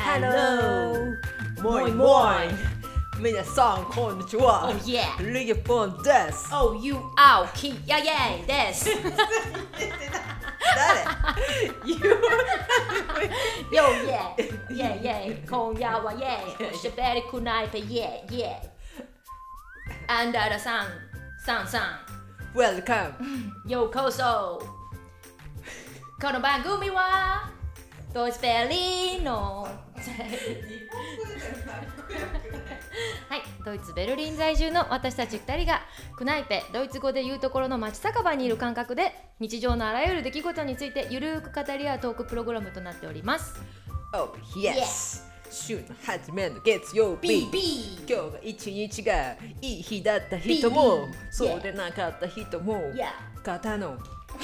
Hello! Moi moi! 皆さんこんにちは。 Oh yeah! リゲポンです。 Oh you out! きやイェイです。 誰？You? Yo yeah! Yeah yeah! 今夜は yeah! おしゃべりくないぺ yeah yeah! アンダーラさん、 Welcome! ようこそ。この番組はドイツベリーのはい、ドイツベルリン在住の私たち2人がクナイペ、ドイツ語で言うところの街酒場にいる感覚で日常のあらゆる出来事についてゆるーく語り合うトークプログラムとなっております。 Oh yes! 週の初めの月曜日、今日が一日がいい日だった人もそうでなかった人も肩の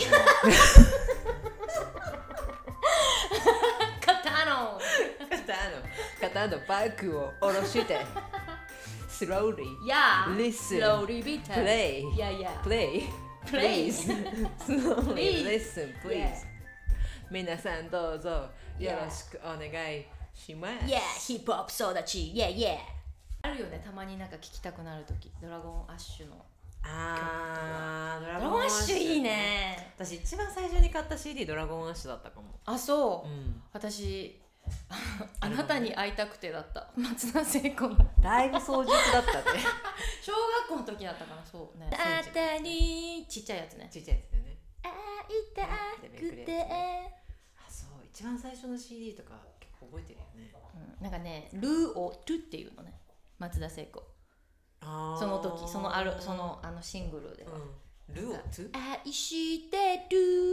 肩のバッグを下ろしてslowly listen play please slowly listen please 皆さんどうぞよろしくお願いします。 Yeah! ヒップホップ育ち Yeah yeah! あるよね、たまになんか聞きたくなるとき、ドラゴンアッシュのドラドラゴンアッシュいいね。 私一番最初に買った CD ドラゴンアッシュだったかも。 あ、そう、私あなたに会いたくてだった松田聖子のだいぶ早熟だったね小学校の時だったから。そうね、あなたにちっちゃいやつね、 ちっちゃいやつだよね。 会いたくて、 あ、そう、一番最初の CD とか結構覚えてるよね、 なんかね、ルーをトゥっていうのね、松田聖子。その時、そのシングルでは、 ルーをトゥ愛してる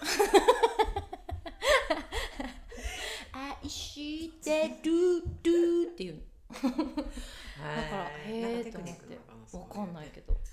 愛してるルっていうだからへーと思ってわかんないけど、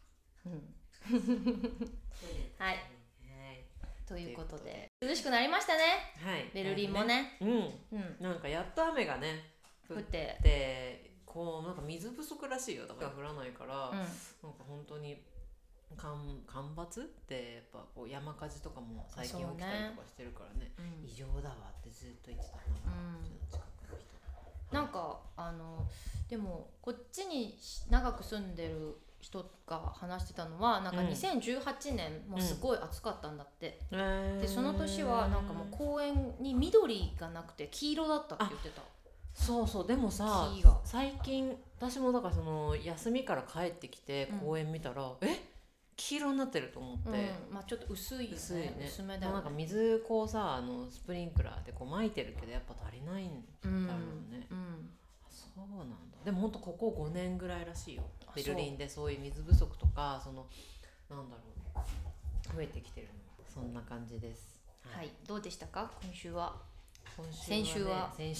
はい、ということで涼しくなりましたね、ベルリンもね。 なんかやっと雨がね降ってこうなんか水不足らしいよ。だから降らないから、なんか本当に干ばつってやっぱこう山火事とかも最近起きたりとかしてるからね、異常だわってずっと言ってたな、近くの人。 なんかでもこっちに長く住んでる人が話してたのはなんか2018年もすごい暑かったんだって、でその年はなんかもう公園に緑がなくて黄色だったって言ってた。 そうそう、でもさ最近私もだからその休みから帰ってきて公園見たら、黄色になってると思って、 まあちょっと薄いよね、薄めだよね。 なんか水こうさスプリンクラーでこう撒いてるけどやっぱ足りないんだろうね。そうなんだ。でもほんとここ5年ぐらいらしいよ、ベルリンでそういう水不足とかなんだろう増えてきてるの。そんな感じです。 はい、どうでしたか今週は。 先週ね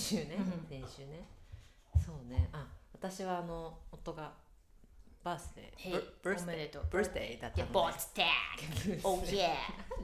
そうね。私は夫がバースデーだったので、 ボツタッグ、おーイエ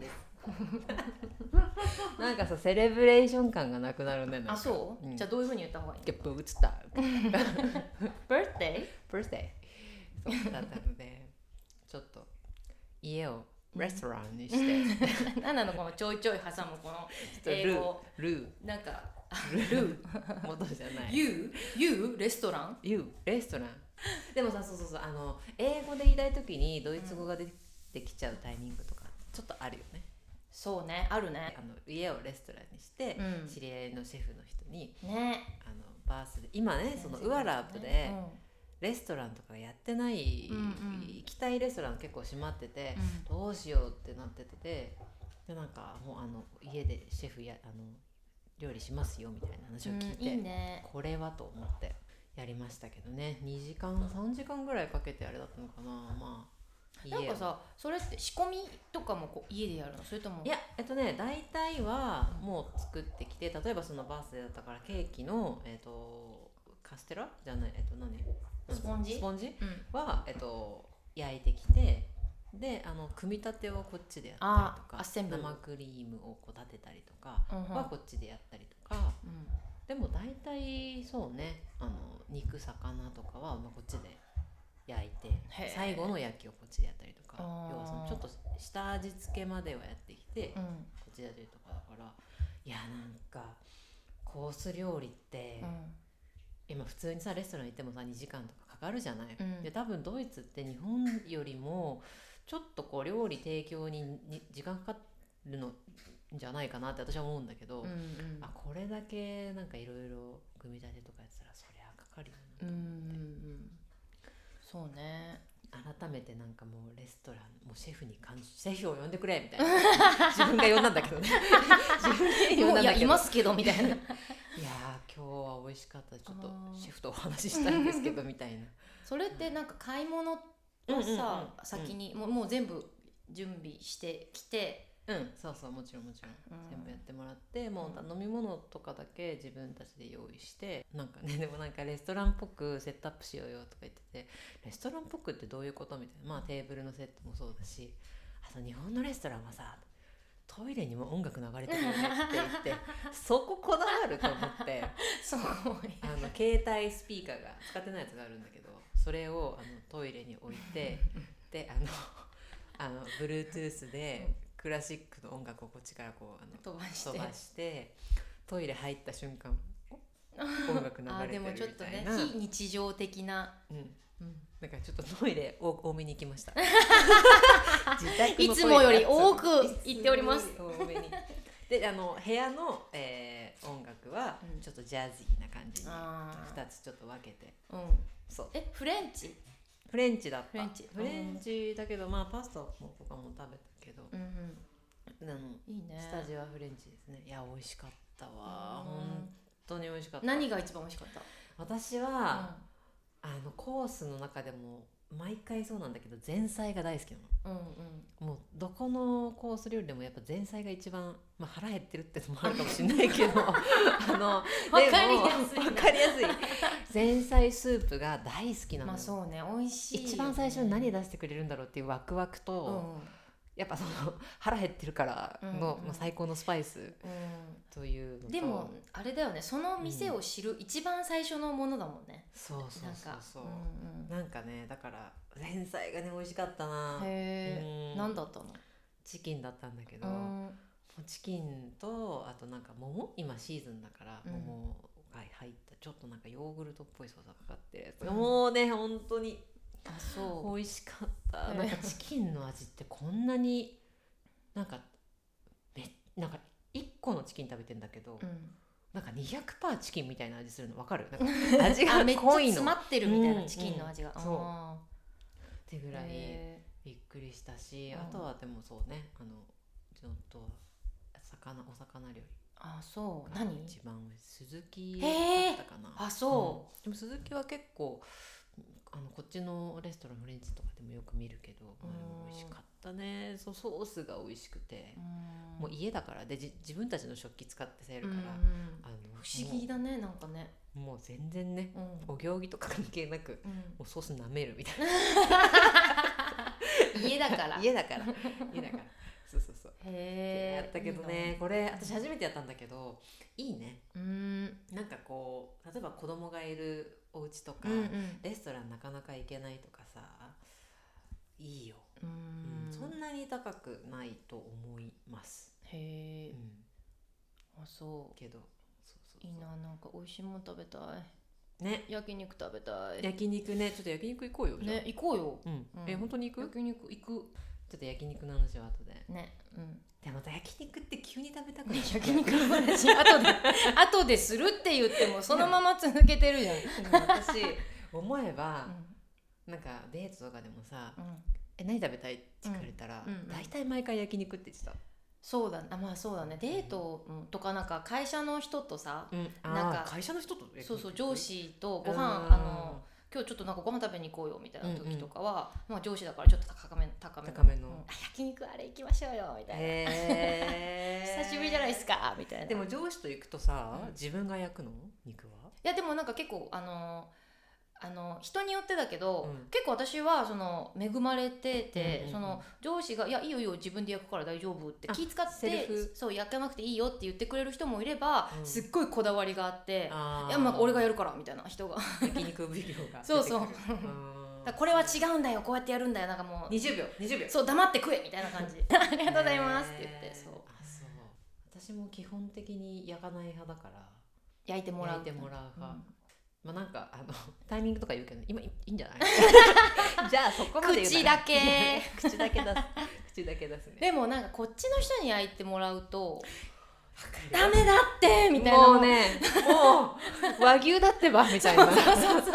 ーなんかさセレブレーション感がなくなるね。 あ、そう、じゃあどういう風に言った方がいい？ ボツタッグバースデーそうだったのでちょっと家をレストランにして何なのこのちょいちょい挟むこの英語ルーなんかルー元じゃない You レストランレストランでもさ、そう英語で言いたい時にドイツ語が出てきちゃうタイミングとかちょっとあるよね。 そうね、あるね。 家をレストランにして、知り合いのシェフの人にね、 バースで今ねそのウアラープでレストランとかやってない、行きたいレストラン結構閉まってて、どうしようってなってて、でなんかもう家でシェフ料理しますよみたいな話を聞いて、 いいね、 これはと思ってやりましたけどね。2時間3時間ぐらいかけてあれだったのかな。まあなんかさ、それって仕込みとかもこう家でやるの？それともいや大体はもう作ってきて、例えばそのバースデーだったからケーキのカステラじゃないスポンジは、焼いてきて、で組み立てをこっちでやったりとか、生クリームをこう立てたりとかはこっちでやったりとか、でも大体そうね、肉魚とかはこっちで焼いて最後の焼きをこっちでやったりとか、要はそのちょっと下味付けまではやってきて、こっちでやったりとかだから、いやなんかコース料理って、今普通にさレストラン行ってもさ2時間とかかかるじゃない、で多分ドイツって日本よりもちょっとこう料理提供に時間かかるのじゃないかなって私は思うんだけど、これだけなんかいろいろ組み立てとかやったらそりゃかかるよなと思って、 そうね。 改めてなんかもうレストランもうシェフを呼んでくれみたいな自分が呼んだんだけどね自分で呼んだんだけど、 いやいますけどみたいないや今日は美味しかった、ちょっとシェフとお話ししたいんですけどみたいな。 それってなんか買い物をさ、先にもう全部準備してきて、 そうそう、もちろん全部やってもらって、もう飲み物とかだけ自分たちで用意して、なんかね、でもなんかレストランっぽくセットアップしようよとか言ってて、レストランっぽくってどういうことみたいな、テーブルのセットもそうだし、あと日本のレストランはさトイレにも音楽流れてるよねって言ってそここだわると思ってすごい携帯スピーカーが使ってないやつがあるんだけど、それをトイレに置いてでBluetooth でクラシックの音楽をこっちからこう飛ばしてトイレ入った瞬間音楽流れてるみたいな。 でもちょっとね非日常的な、 だからちょっとトイレ多めに行きましたいつもより多く行っております。 多めにで部屋の、音楽はちょっとジャズィーな感じに2つちょっと分けて、 そうフレンチだった。フレンチだけどパスタとかも食べたけど、いいね。下地はフレンチですね。いや美味しかったわ、本当に美味しかった。 何が一番美味しかった？ 私は、コースの中でも毎回そうなんだけど前菜が大好きなの、もうどこのコース料理でもやっぱ前菜が一番、腹減ってるってのもあるかもしれないけど分かりやすい前菜スープが大好きなの。 そうね、美味しいよね。 一番最初に何出してくれるんだろうっていうワクワクと、やっぱその腹減ってるからの、最高のスパイスというのと、 でもあれだよね、その店を知る一番最初のものだもんね。 そうなんかね、だから前菜がね美味しかったな。 何だったの？ チキンだったんだけど、チキンとあとなんか桃、今シーズンだから桃が入ったちょっとなんかヨーグルトっぽいソースがかかってるやつがもうね本当に美味しかった。なんかチキンの味ってこんなになんか1個のチキン食べてんだけど、なんか 200% チキンみたいな味するの分かる？なんか味が濃いのめっちゃ詰まってるみたいな、チキンの味が、 そうってぐらいびっくりしたし、あとはでもそうね、ちょっとお魚料理、 そう何？ 一番スズキだったかな。でもスズキは結構こっちのレストランフレンチとかでもよく見るけど、美味しかったね。ソースが美味しくて、もう家だからで自分たちの食器使ってされるから、 不思議だね、なんかね。 もう全然ね、お行儀とか関係なく、もうソース舐めるみたいな家だからそうやったけどね、これ私初めてやったんだけどいいね。なんかこう例えば子供がいるお家とか、レストランなかなか行けないとかさ、いいよ。そんなに高くないと思います。 そうけどいいな、なんか美味しいもの食べたいね。 焼肉食べたい。 焼肉ね、ちょっと焼肉行こうよ。 ね、行こうよ。 本当に行く？ 焼肉行く。 ちょっと焼肉の話は後でね。 でまた焼肉って急に食べたくない。 焼肉の話後でするって言ってもそのまま続けてるじゃん。 私思えば、なんかデートとかでもさ、何食べたいって聞かれたら、大体毎回焼肉って言ってた。 そうだね、そうだね。デートとかなんか会社の人とさ、なんか会社の人とそう上司とご飯今日ちょっとなんかご飯食べに行こうよみたいな時とかは、上司だからちょっと高めの、焼肉あれ行きましょうよみたいな、久しぶりじゃないですかみたいな。 でも上司と行くとさ、自分が焼くの肉は？ いやでもなんか結構人によってだけど、結構私はその恵まれてて、その上司がいやいいよいいよ自分で焼くから大丈夫って気使ってそう焼かなくていいよって言ってくれる人もいれば、すっごいこだわりがあって、いや俺がやるからみたいな人が焼肉ビデオがそうだこれは違うんだよ、こうやってやるんだよ、なんかもう 20秒そう黙って食えみたいな感じありがとうございますって言って。そう私も基本的に焼かない派だから焼いてもらう派、まあなんかタイミングとか言うけど今いいんじゃないじゃあそこまで言う口だけ口だけ出すね。 でもなんかこっちの人に焼いてもらうとダメだってみたいな、 もうねもう和牛だってばみたいなそう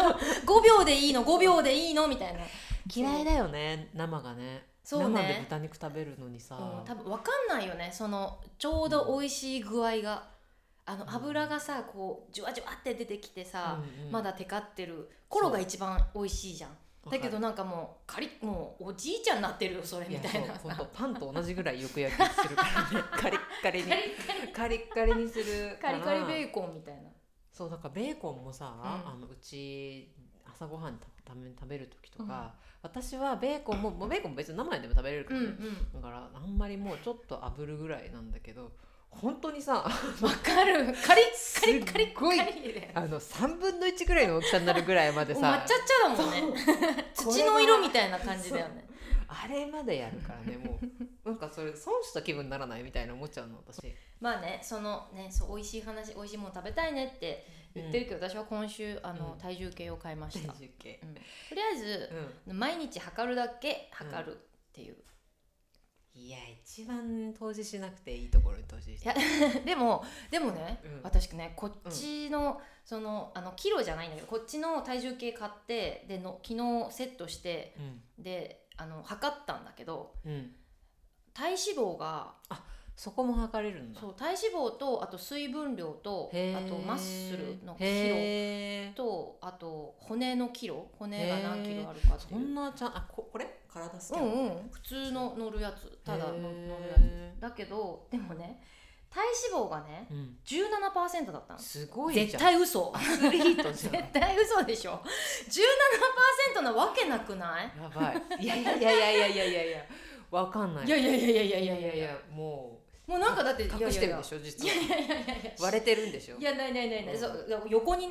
5秒でいいの5秒でいいのみたいな。 嫌いだよね生がね。 そうね、 生で豚肉食べるのにさ、 多分分かんないよねそのちょうど美味しい具合が、油がさこうジュワジュワって出てきてさ、まだテカってる頃が一番美味しいじゃん。だけどなんかもうもうおじいちゃんになってるよそれみたいな。 パンと同じぐらいよく焼きするからねカリッカリにカリッカリにするからカリカリベーコンみたいな。 そうだからベーコンもさ、うち朝ごはん食べる時とか、私はベーコンもベーコンも別に生でも食べれるから、ねだからあんまりもうちょっと炙るぐらいなんだけど、本当にさわかるカリッカリカリッカリで 3分の1ぐらいの大きさになるぐらいまでさ抹茶茶だもんね土の色みたいな感じだよねあれまでやるからねもうなんかそれ損した気分にならないみたいな思っちゃうの私。 まあねそう美味しい話美味しいもの食べたいねって言ってるけど、私は今週体重計を買いました。 体重計、 とりあえず、毎日測るだけ測るっていう、 いや一番投資しなくていいところに投資して。 いやでもね、私ねこっちの、そのキロじゃないんだけどこっちの体重計買ってで昨日セットして、で測ったんだけど、体脂肪がそこも測れるんだ。 そう体脂肪とあと水分量とあとマッスルのキロとあと骨のキロ骨が何キロあるかっていう。 そんなこれ体スキャン、 普通の乗るやつただ乗るやつだけど、でもね体脂肪がね、17% だったの。 すごいじゃん。 絶対嘘アスリートじゃん絶対嘘でしょ。17% なわけなくない？ やばい。いやわかんない。 いやもうなんかだって隠してるでしょ実は。割れてるんでしょ。 いやないそう横にね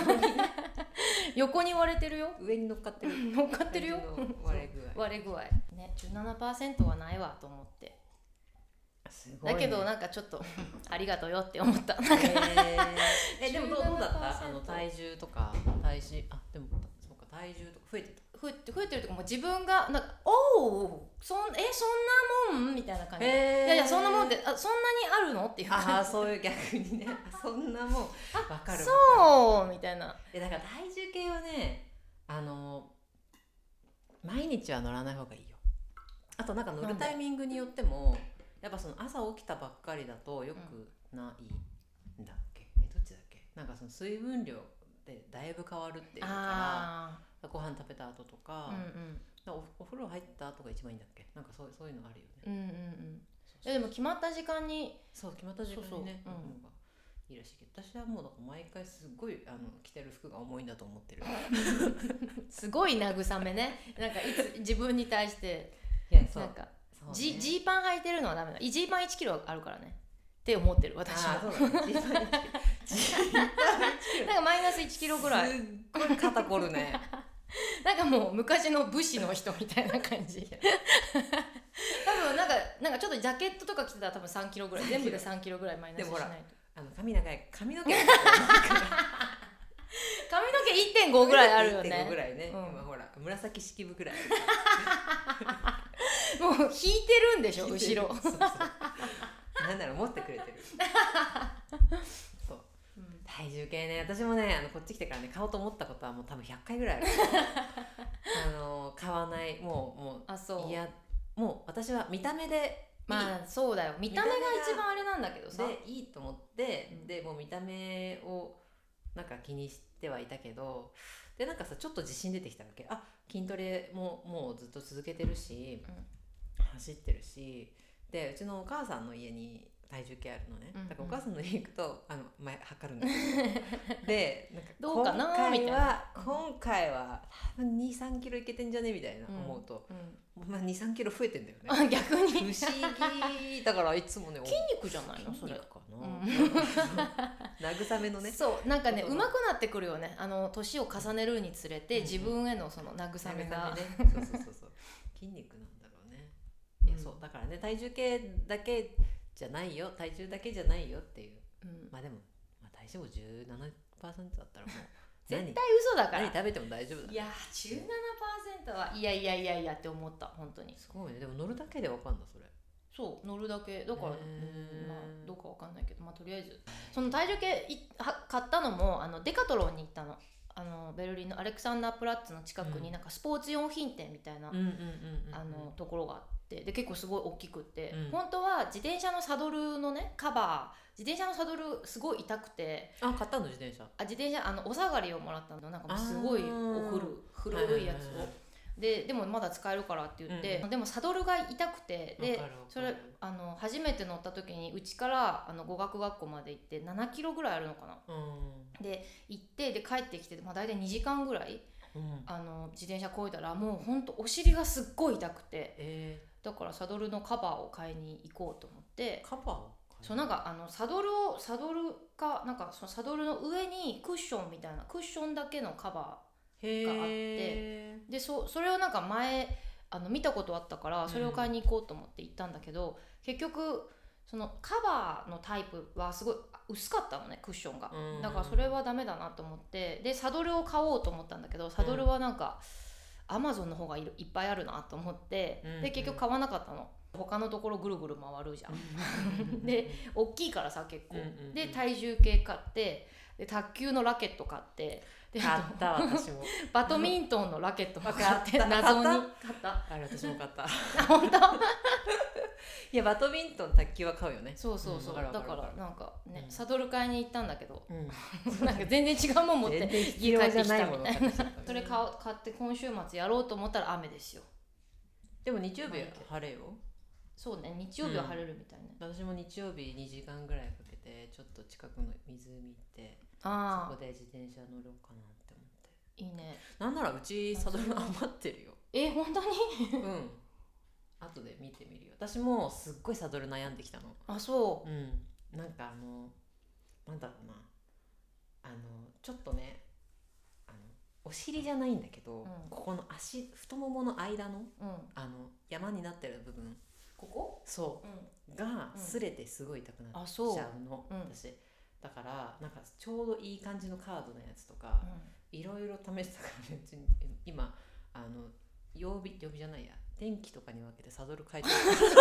横に割れてるよ。 上に乗っかってるよ。割れ具合ね。17% はないわと思って。すごいね。だけどなんかちょっとありがとうよって思った。 でもどうだった？体重とかでもそうか体重とか増えてた。 増えてるとかもう自分がなんかそんなもんみたいな感じで、いやそんなもんってそんなにあるのっていう感じ。 そういう逆にねそんなもん分かるそうみたいな。 だから体重計はね毎日は乗らない方がいいよ。あとなんか乗るタイミングによってもやっぱその朝起きたばっかりだとよくないんだっけ、どっちだっけ、なんかその水分量でだいぶ変わるっていうからご飯食べた後とか、お風呂入った後が一番いいんだっけ、なんかそういうのあるよね。 でも決まった時間に決まった時間にねの方がいいらしいけど、私はもうだから毎回すごい着てる服が重いんだと思ってるすごい慰めね。なんかいつ自分に対してなんかジーパン履いてるのはダメだ。ジーパン1キロあるからねって思ってる私は。なんかマイナス1キロぐらい。 すっごい肩こるね。 なんかもう昔の武士の人みたいな感じ。多分なんかちょっとジャケットとか着てたら多分3キロぐらい、全部で3キロぐらいマイナスしないと。 髪の毛髪の毛 1.5 ぐらいあるよね。 1.5 ぐらいね、今ほら紫式部ぐらいもう引いてるんでしょ後ろ。 なんなら持ってくれてるそう、体重計ね、私もねこっち来てからね買おうと思ったことはもう多分100回ぐらいある買わない、もういや、もう私は見た目でまあそうだよ、見た目が一番あれなんだけどさでいいと思って、でもう見た目をなんか気にしてはいたけど、でなんかさちょっと自信出てきたわけ。筋トレもうずっと続けてるし、走ってるし、でうちのお母さんの家に体重計あるのね、だからお母さんの家行くと前測るんだけどでなんかどうかなみたいな、 今回は多分 2,3 キロいけてんじゃねみたいな思うと、2,3 キロ増えてんだよね。 逆に不思議だからいつもね筋肉じゃないのそれかな、慰めのね。 そうなんかね上手くなってくるよね、年を重ねるにつれて、自分へのその慰めが、 そう筋肉なんだろうね。いやそうだからね、体重計だけじゃないよ、体重だけじゃないよっていう、まあでも、 大丈夫、17% だったらもう絶対嘘だから。 何食べても大丈夫だ。 いや 17% はいやって思った。本当にすごいね。でも乗るだけでわかんだそれ。 そう乗るだけだから、まあどうかわかんないけど、まあとりあえずその体重計買ったのもデカトロンに行ったの。ベルリンのアレクサンダープラッツの近くになんかスポーツ用品店みたいなところがあって、で結構すごい大きくって、本当は自転車のサドルのねカバー、自転車のサドルすごい痛くて、 買ったの自転車お下がりをもらったの。なんかもうすごい古いやつをでもまだ使えるからって言って、でもサドルが痛くて、でそれ初めて乗った時にうちから語学学校まで行って7キロぐらいあるのかな、で行ってで帰ってきて、大体2時間ぐらい、自転車こいだらもうほんとお尻がすっごい痛くて、だからサドルのカバーを買いに行こうと思って。 カバーそうなんかサドルかなんかそのサドルの上にクッションみたいなクッションだけのカバーがあって、でそれをなんか前見たことあったからそれを買いに行こうと思って行ったんだけど、結局そのカバーのタイプはすごい薄かったのね、クッションが。だからそれはダメだなと思って、でサドルを買おうと思ったんだけど、サドルはなんかアマゾンの方がいっぱいあるなと思って、で結局買わなかったの。他のところぐるぐる回るじゃんで大きいからさ結構、で体重計買って、で卓球のラケット買って、で買った私もバドミントンのラケットも買って謎に買った。 あれ私も買った本当いやバドミントン卓球は買うよね。 そう、だからなんかね、サドル買いに行ったんだけど、なんか全然違うもん持って家帰ってきたみたいなそれ買って今週末やろうと思ったら雨ですよ。 でも日曜日は晴れよ。 そうね、日曜日は晴れるみたいね。 私も日曜日2時間ぐらいかけてちょっと近くの湖行って、そこで自転車乗ろうかなって思って。 いいね。 なんならうちサドル余ってるよ。 本当に後で見てみるよ。私もすっごいサドル悩んできたの。 あ、そう。 なんかなんだろうな、ちょっとね、お尻じゃないんだけど、ここの太ももの間の、山になってる部分、 ここそう、が擦れてすごい痛くなっちゃうの、私だからなんかちょうどいい感じのカードのやつとかいろいろ試したから別に今曜日じゃないや、天気とかに分けてサドル変えてる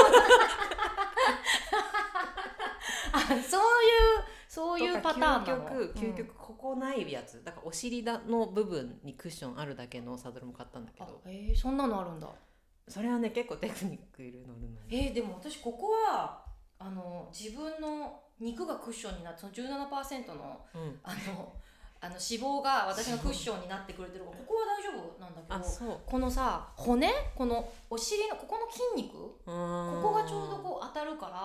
そういうパターンなの。 究極ここないやつだから、お尻の部分にクッションあるだけのサドルも買ったんだけど。 そんなのあるんだ。 それはね結構テクニックいるのね。 でも私ここは自分の肉がクッションになって、その 17% の、脂肪が私のクッションになってくれてるから、ここは大丈夫なんだけど、このさ骨、このお尻のここの筋肉、ここがちょうどこう当たるから、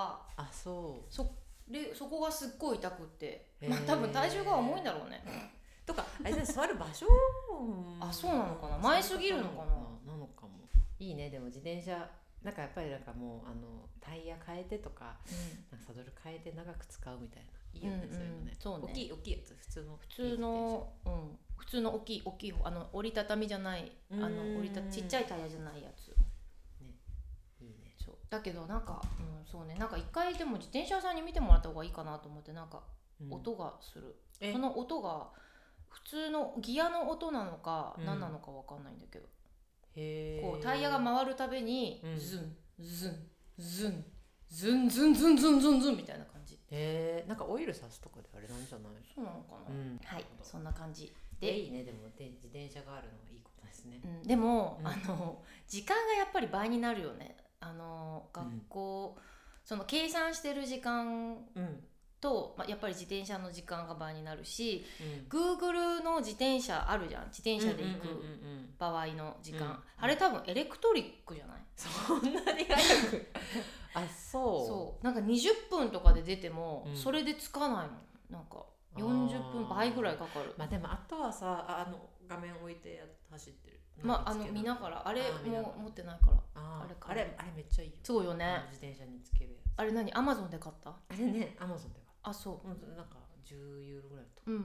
そこがすっごい痛くって、多分体重が重いんだろうねとか座る場所そうなのかな、前すぎるのかな。 なのかも。いいね。でも自転車なんかやっぱりなんかもうタイヤ変えてとか、なんかサドル変えて長く使うみたいな、いいよね、そういうのね。そうね、大きいやつ、普通の大きい方、 折りたたみじゃない、ちっちゃいタイヤじゃないやつね。いいね。 そうだけどなんか、そうね、なんか一回でも自転車屋さんに見てもらった方がいいかなと思って、なんか音がする、その音が普通のギアの音なのか何なのか分かんないんだけど、こうタイヤが回るたびにズンズンズンズンズンズンズンズンズンみたいな感じ。 なんかオイルさすとかであれなんじゃない？ そうなのかな。はい、そんな感じで。 いいね。でも自転車があるのはいいことですね。 でも時間がやっぱり倍になるよね。学校その計算してる時間と、やっぱり自転車の時間が倍になるし、Google の自転車あるじゃん、自転車で行く場合の時間、あれ多分エレクトリックじゃない？ そんなに早くそうなんか20分とかで出ても、それでつかないもん。なんか40分倍ぐらいかかる。 でもあとはさ、画面置いて走ってる、 見ながら、あれも持ってないから、 あれめっちゃいいよ。 そうよね。 自転車につけるやつ。 あれ何？ Amazon で買った？ あれね、Amazon で買った。 そう。 なんか10ユーロぐらいだと。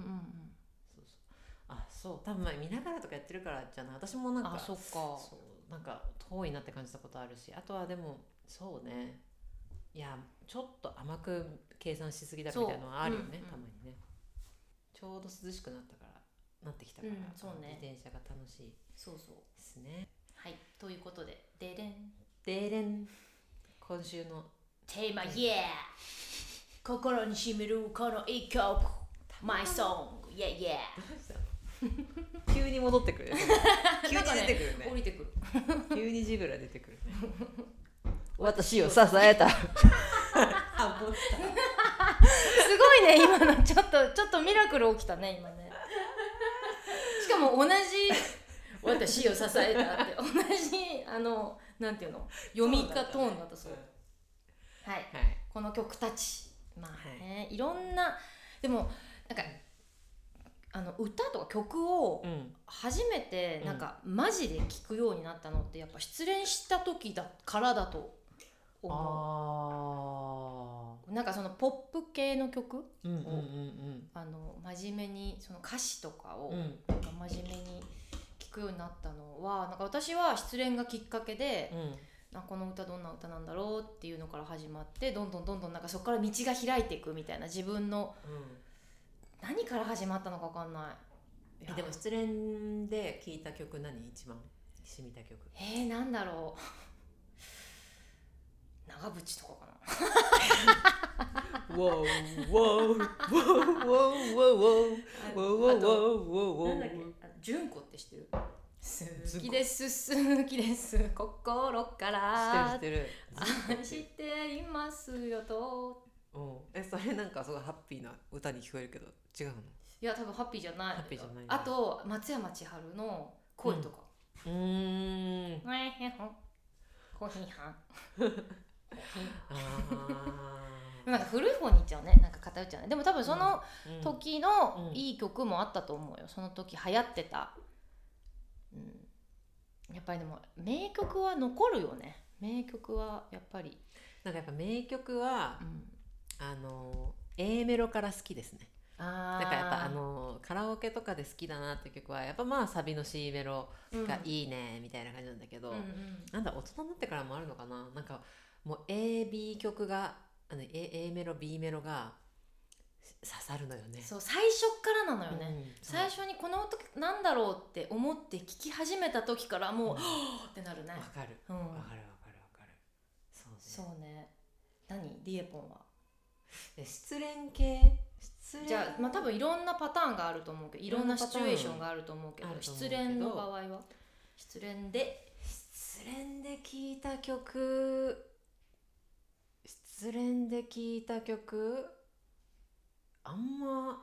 そう多分見ながらとかやってるからじゃない。私もなんかそうなんか遠いなって感じたことあるし、あとはでもそうね、いやちょっと甘く計算しすぎだみたいなのはあるよね、たまにね。 ちょうど涼しくなってきたから、 そうね、 自転車が楽しいですね。 はい、ということででれん今週のテーマ、心にしみるこの一曲、マイソング、 急に戻ってくる急に出てくるね、 降りてくる急にジブラ出てくるね私を支えたすごいね、今のちょっとミラクル起きたね、今ね。しかも同じ私を支えたって同じなんていうの、読みかトーンだったそう。はい、この曲たち、まあね、いろんな、でもなんか歌とか曲を初めてなんかマジで聴くようになったのってやっぱ失恋した時からだと思う。なんかそのポップ系の曲を真面目にその歌詞とかをなんか真面目に聴くようになったのは、なんか私は失恋がきっかけで、この歌どんな歌なんだろうっていうのから始まって、どんどんなんかそこから道が開いていくみたいな、自分の、何から始まったのか分かんない。 でも失恋で聴いた曲何一番染みた曲？ なんだろう長渕とかかなウォーウォーウォーウォーウォーウォーウォーウォーなんだっけ、純子って知ってる？好きです好きです心から知ってる愛していますよと。 それなんかすごいハッピーな歌に聞こえるけど違うの？ いや多分ハッピーじゃない。 ハッピーじゃない。 あと松山千春の恋とか。コーヒーハンなんか古い方に行っちゃうね、なんか偏っちゃうね。でも多分その時のいい曲もあったと思うよ。その時流行ってた、やっぱりでも名曲は残るよね。名曲はやっぱりなんかやっぱ名曲は、A メロから好きですね。だからやっぱカラオケとかで好きだなって曲はやっぱまあサビの C メロがいいねみたいな感じなんだけど、なんだ大人になってからもあるのかな、なんかもう AB 曲がA メロ B メロが刺さるのよね。 そう最初からなのよね、最初にこの音なんだろうって思って聴き始めた時からもう、ってなるね。 わかる、わかる。 そうね。何リエポンは失恋系？ じゃあ、多分いろんなパターンがあると思うけど、いろんなシチュエーションがあると思うけど、失恋の場合は失恋で聴いた曲、失恋で聴いた曲あんま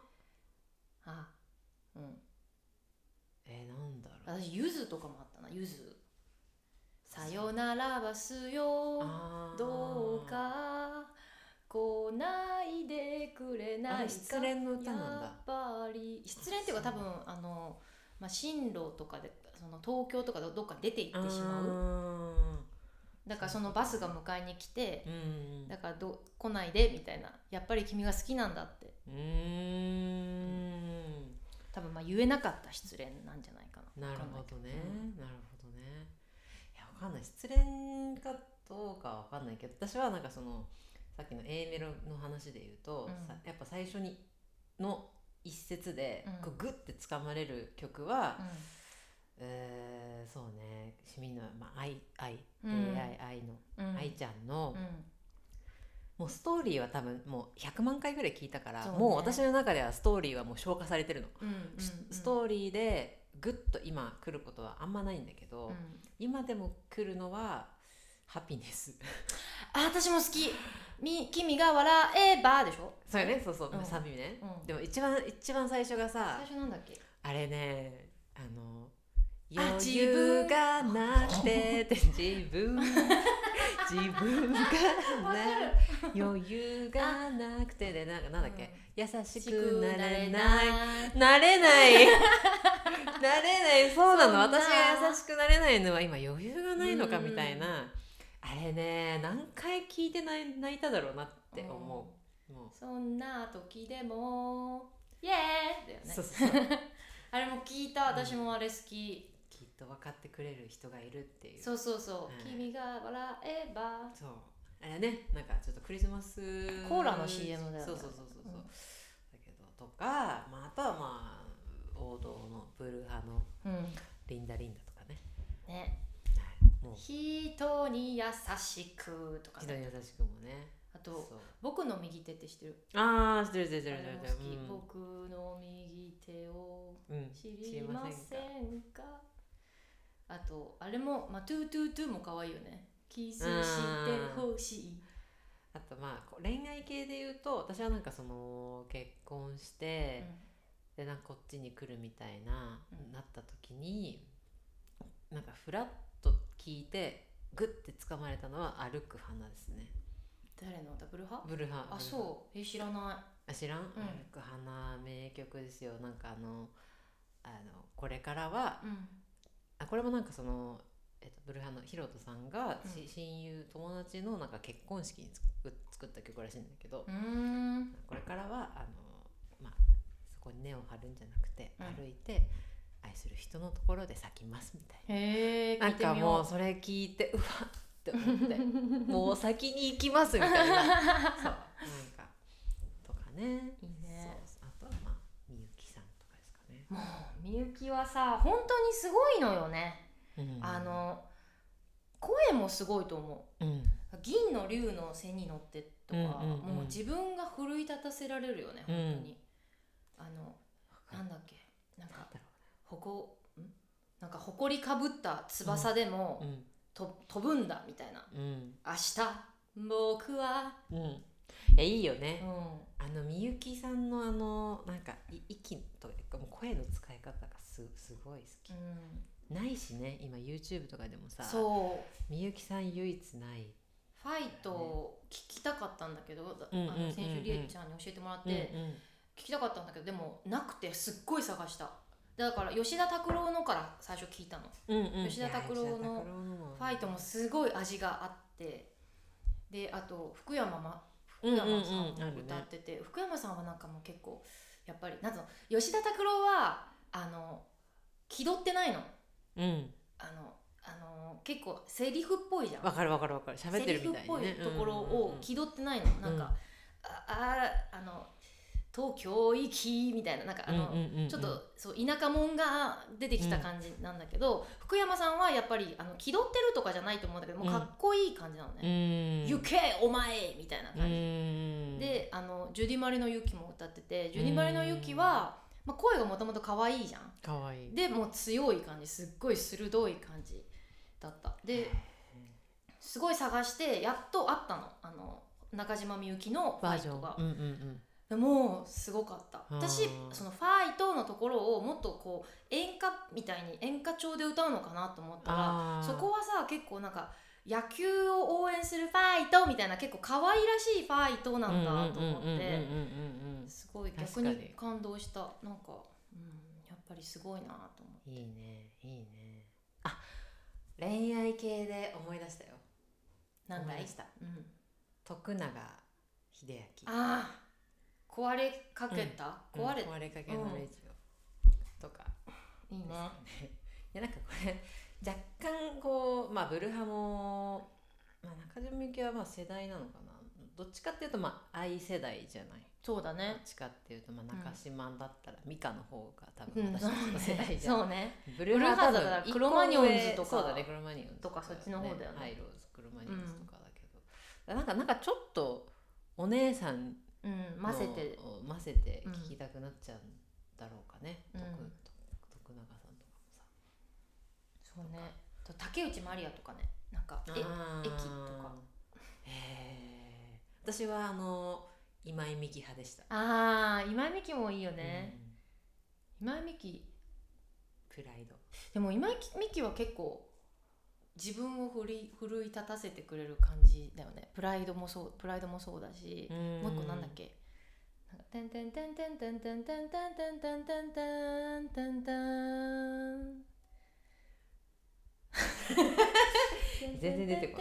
なんだろう。 私ゆずとかもあったな。ゆずさよならバスよどうか来ないでくれないか。 失恋の歌なんだ。 やっぱり失恋っていうか多分進路とかでその東京とかでどっかに出て行ってしまう。だからそのバスが迎えに来て、だから来ないでみたいな、やっぱり君が好きなんだって。多分言えなかった失恋なんじゃないかな。 なるほどね、なるほどね。いやわかんない、失恋かどうかわかんないけど、私はなんかそのさっきの A メロの話で言うと、やっぱ最初にの一節でこうグッて掴まれる曲は、そうね、市民の、愛の愛ちゃんの、もうストーリーは多分もう100万回ぐらい聞いたから、もう私の中ではストーリーはもう消化されてるの、ストーリーでグッと今来ることはあんまないんだけど、今でも来るのはハピネス私も好き。君が笑えばでしょ。 そうよね、そうサビね、でも一番最初がさ、 最初なんだっけ、 あれね、余裕がなくてって自分が余裕がなくてでなんだっけ、優しくなれないそうなの。私が優しくなれないのは今余裕がないのかみたいな、あれね何回聞いて泣いただろうなって思う。もうそんな時でもイエーイだよね。あれも聞いた。私もあれ好き。 きっと分かってくれる人がいるっていう。 そう、君が笑えば。 そうあれね、なんかちょっとクリスマスコーラの CM だよね。 そうだけどとか、まあ、あとはまあ王道のブルー派のリンダリンダとかね、 ね、もう人に優しくとかね、 人に優しくもね、 あと僕の右手って知ってる？ ああ、知ってる知ってる知ってる。 僕の右手を知りませんか、あとあれも、まあ、トゥートゥートゥーも可愛いよね。キスしてほしい。 あとまあ恋愛系で言うと、私はなんかその結婚して、でなんかこっちに来るみたいな、なった時になんかフラッと聞いてグッて掴まれたのは歩く花ですね。 誰の？ダブル派？ ブル派。 あ、そう。知らない。 知らん？歩く花名曲ですよ。なんかこれからは、これもなんかそのブルー派のヒロトさんが、親友友達のなんか結婚式に作った曲らしいんだけど、これからはまあ、そこに根を張るんじゃなくて、歩いて愛する人のところで咲きますみたいな。なんかもうそれ聞いてうわって思ってもう先に行きますみたいなそうなんかとかね。 いいね。 そう、あとはまあみゆきさんとかですかね。 もうみゆきはさ本当にすごいのよね。声もすごいと思う、銀の竜の背に乗ってとか、もう自分が奮い立たせられるよね、本当に。なんだっけ、なんか誇りかぶった翼でも、飛ぶんだみたいな、明日僕は、 いいよね、みゆきさんのなんか息というかもう声の使い方がすごい好き、ないしね、今 YouTube とかでもさ、みゆきさん唯一ないファイトを聞きたかったんだけど、先週りえちゃんに教えてもらって、聞きたかったんだけど、でもなくてすっごい探した。だから吉田拓郎のから最初聞いたの、吉田拓郎のファイトもすごい味があって、であと福山さんも歌ってて、福山さんはなんかもう結構やっぱりなんつうの、吉田拓郎は気取ってないの、結構セリフっぽいじゃん。 わかる喋ってるみたいにね、セリフっぽいところを気取ってないの、なんか東京行きみたいな、なんかちょっとそう田舎者が出てきた感じなんだけど、福山さんはやっぱり気取ってるとかじゃないと思うんだけど、もうかっこいい感じなのね、行けお前みたいな感じで、ジュディマリのユキも歌ってて、ジュディマリのユキは、まあ、声がもともと可愛いじゃん、 可愛いでもう強い感じ、すっごい鋭い感じだった。ですごい探してやっとあったの、中島みゆきのファイトが、もうすごかった。私そのファイトのところをもっとこう演歌みたいに演歌調で歌うのかなと思ったら、そこはさ結構なんか野球を応援するファイトみたいな、結構可愛らしいファイトなんだと思って、すごい逆に感動した。なんか、やっぱりすごいなと思って。 いいねいいね。あ、恋愛系で思い出したよ。 なんだい？ 徳永英明。 壊れかけた、 壊れかけのレジオとかいいね。 いやなんかこれ若干こう、まあブルハも、まあ、中島みゆきはまあ世代なのかな、どっちかっていうとまあ愛世代じゃない。 そうだね。 どっちかっていうとまあ中島だったらミカの方が多分私たちの世代じゃん。 そうね。 ブルーハーだったらクロマニオンズとか、 そうだね、クロマニオンズとかそっちの方だよね。 ハイローズクロマニオンズとかだけど、なんかちょっとお姉さん混ぜて聞きたくなっちゃうんだろうかね、徳永さんとかもさ。 そうね。竹内まりやとかね、なんか駅とか。 私は今井美樹派でした。 今井美樹もいいよね、今井美樹プライド。 でも今井美樹は結構自分を奮い立たせてくれる感じだよね。プライドもそうだし、もう一個なんだっけ、てんてんてんてんてんてんてんてんてんてんてんてんてん全然出てこない。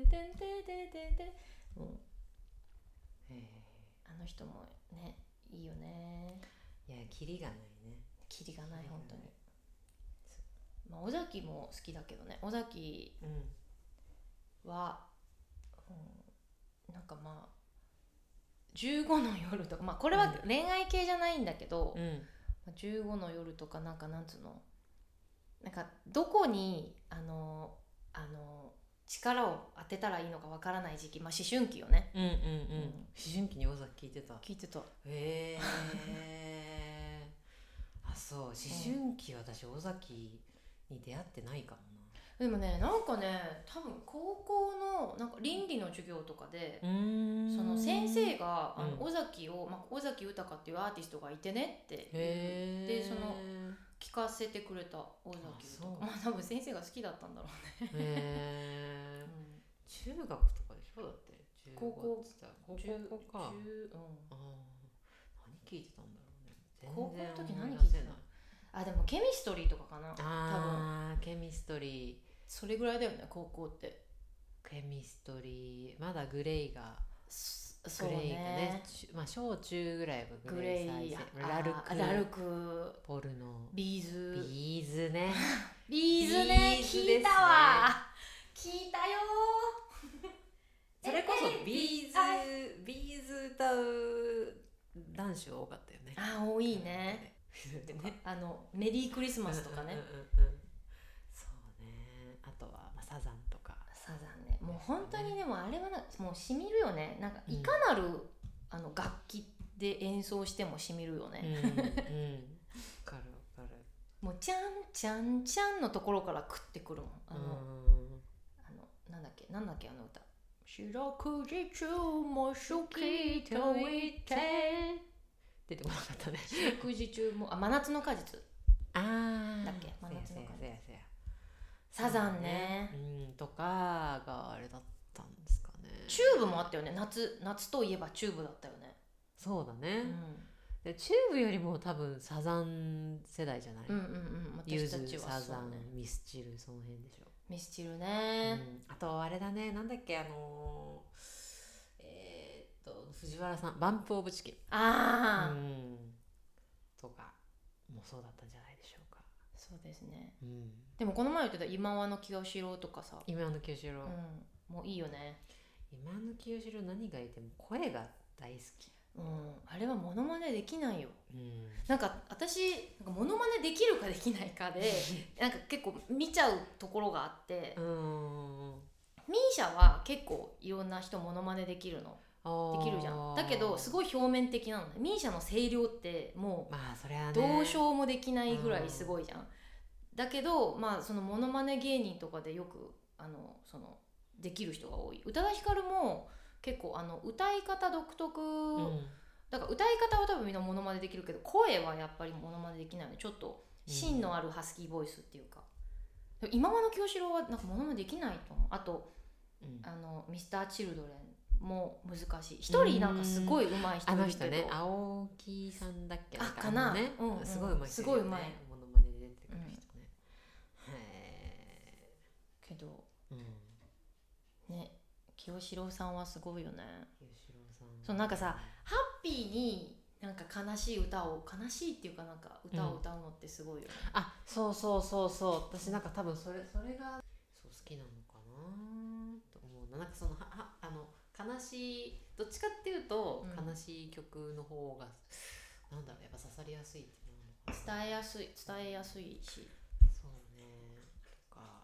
あの人もね、いいよね。 いや、キリがないね。 キリがない、本当に。まあ、尾崎も好きだけどね。尾崎は、なんかまあ 15の夜とか、まあこれは恋愛系じゃないんだけど、15の夜とかなんつうの、なんかどこに力を当てたらいいのかわからない時期、まあ思春期よね。 思春期に尾崎聞いてた。 聞いてた。 あ、そう、思春期、私尾崎に出会ってないかもな。 でもね、なんかね、多分高校のなんか倫理の授業とかで、その先生が尾崎を、まあ、尾崎豊っていうアーティストがいてねってで、その聞かせてくれた尾崎豊。まあ多分先生が好きだったんだろうね。 中学とかでしょ、だって高校か。何聞いてたんだろうね。 高校の時何聞いてたの？あ、でもケミストリーとかかな。多分ケミストリー、 それぐらいだよね、高校って。 ケミストリー、まだグレイが、 そうね、まあ小中ぐらいはグレイ、 ラルク、ポルノ、 ビーズねビーズね、聞いたわ、聞いたよ。 それこそビーズ歌う男子多かったよね。 あ、多いね。メリークリスマスとかね。 そうね。あとは、まあ、サザンとか。 サザンね。もう本当にでもあれはもうしみるよね。なんかいかなる、楽器で演奏してもしみるよね。わかる。 もうちゃんちゃんちゃんのところから食ってくるもん。なんだっけあの歌。四六時中も好きと言って出てこなかったね。 四六時中も真夏の果実だっけ、真夏の果実。サザンね、 とかがあれだったんですかね。 チューブもあったよね。夏といえばチューブだったよね。 そうだね、でチューブよりも多分サザン世代じゃない。 私たちはサザン、ミスチル、その辺でしょ。 ミスチルね、 あとあれだね、なんだっけ、藤原さん、バンプオブチキンとかもそうだったんじゃないでしょうか。 そうですね、でもこの前言ってた今和の清志郎とかさ、 今の清志郎、 もういいよね。 今の清志郎、何がいても声が大好き。 あれはモノマネできないよ。なんか私モノマネできるかできないかでなんか結構見ちゃうところがあって、ミーシャは結構いろんな人モノマネできるの。できるじゃん。だけどすごい表面的なのね。ミーシャの声量ってもうどうしようもできないぐらいすごいじゃん。だけどまあそのモノマネ芸人とかでよくそのできる人が多い。宇多田ヒカルも結構歌い方独特、だから歌い方は多分みんなモノマネできるけど、声はやっぱりモノマネできないので、ちょっと芯のあるハスキーボイスっていうか、今和の清志郎はなんかモノマネできないと思う。あと、ミスターチルドレンも難しい。一人なんかすごい上手い人いるけど、 ね、青木さんだっけ、 かな、 すごい上手い人、 すごい上手いモノマネで出てくる人ね。 けど、ね、清志郎さんはすごいよね。そう、なんかさ、ハッピーになんか悲しい歌を、悲しいっていうかなんか歌を歌うのってすごいよね。 そう、私なんか多分それがそう好きなのかなと思うな。なんかその悲しい、どっちかっていうと、悲しい曲の方がなんだろう、やっぱ刺さりやすいっていうのかな。 伝えやすいし。 そうね。とか。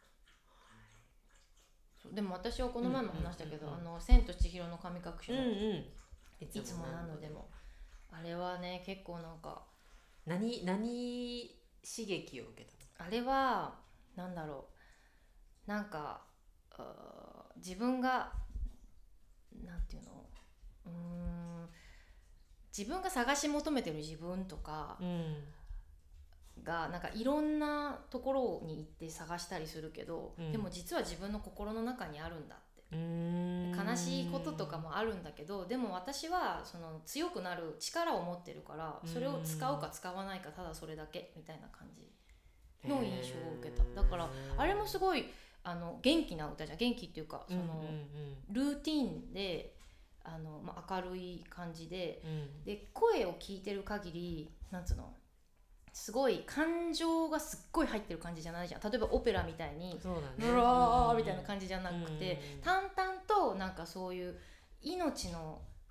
でも私はこの前も話したけど、千と千尋の神隠しのいつも何度でも、あれはね結構なんか何刺激を受けたの？ あれはなんだろう、なんか自分がなんていうの、自分が探し求めてる自分とかがなんかいろんなところに行って探したりするけど、でも実は自分の心の中にあるんだって。悲しいこととかもあるんだけど、でも私はその強くなる力を持ってるから、それを使うか使わないかただそれだけみたいな感じの印象を受けた。だからあれもすごい元気な歌じゃん。元気っていうかそのルーティンで明るい感じで、で声を聞いてる限りなんつうの、すごい感情がすっごい入ってる感じじゃないじゃん。例えばオペラみたいにブラーみたいな感じじゃなくて、淡々となんかそういう命の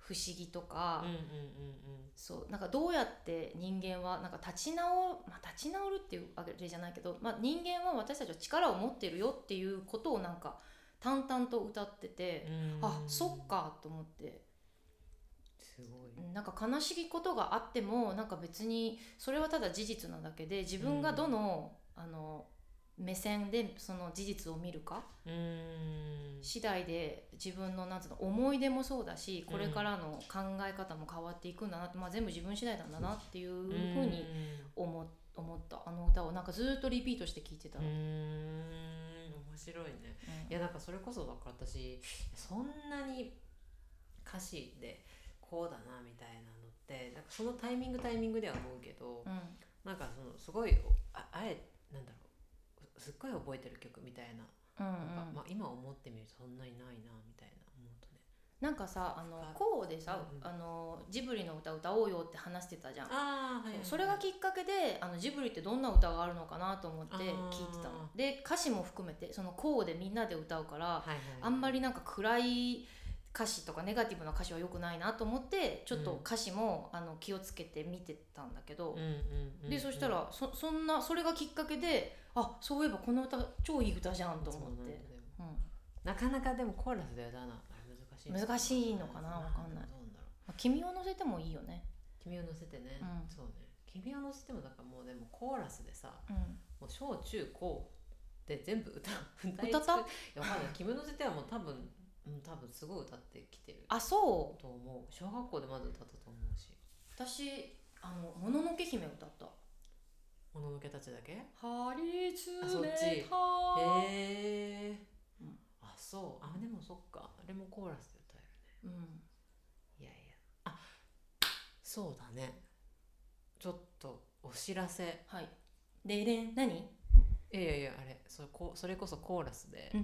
不思議とか、そうなんかどうやって人間はなんか立ち直るっていうわけじゃないけど、人間は私たちは力を持ってるよっていうことをなんか淡々と歌ってて、あ、そっかと思って、 すごい。 なんか悲しいことがあってもなんか別にそれはただ事実なだけで、自分がどの、目線でその事実を見るか次第で自分のなんつうの思い出もそうだし、これからの考え方も変わっていくんだなって、全部自分次第なんだなっていうふうに思ったあの歌をなんかずっとリピートして聴いてたの。 面白いね、いやなんかそれこそだから私そんなに歌詞でこうだなみたいなのってなんかそのタイミングでは思うけど、なんかそのすごいなんだろう、すっごい覚えてる曲みたいな、今思ってみるとそんなにないなみたいな思うとね、 なんかさこうでさ、ジブリの歌歌おうよって話してたじゃん。それがきっかけでジブリってどんな歌があるのかなと思って聞いてたので、歌詞も含めてそのこうでみんなで歌うから、あんまりなんか暗い歌詞とかネガティブな歌詞は良くないなと思ってちょっと歌詞も気をつけて見てたんだけど、でそしたらそれがきっかけで、あ、そういえばこの歌超いい歌じゃんと思って、 なかなかでもコーラスで歌うのは難しいのかな、わかんない。君を乗せてもいいよね。 君を乗せてね、そうね。君を乗せてもだからもうでもコーラスでさ、もう小中高で全部歌ったいやわかんない。君を乗せてはもう多分すごい歌ってきてる。 あ、そうと思う。小学校でまず歌ったと思うし。 私もののけ姫歌った。 もののけたちだけ？ 張り詰めた。 そっち。へえ。あ、そう。でもそっか。あれもコーラスで歌えるね。いやいや。そうだね。ちょっとお知らせ。 はい。でれん、何？ いやあれそれこそコーラスで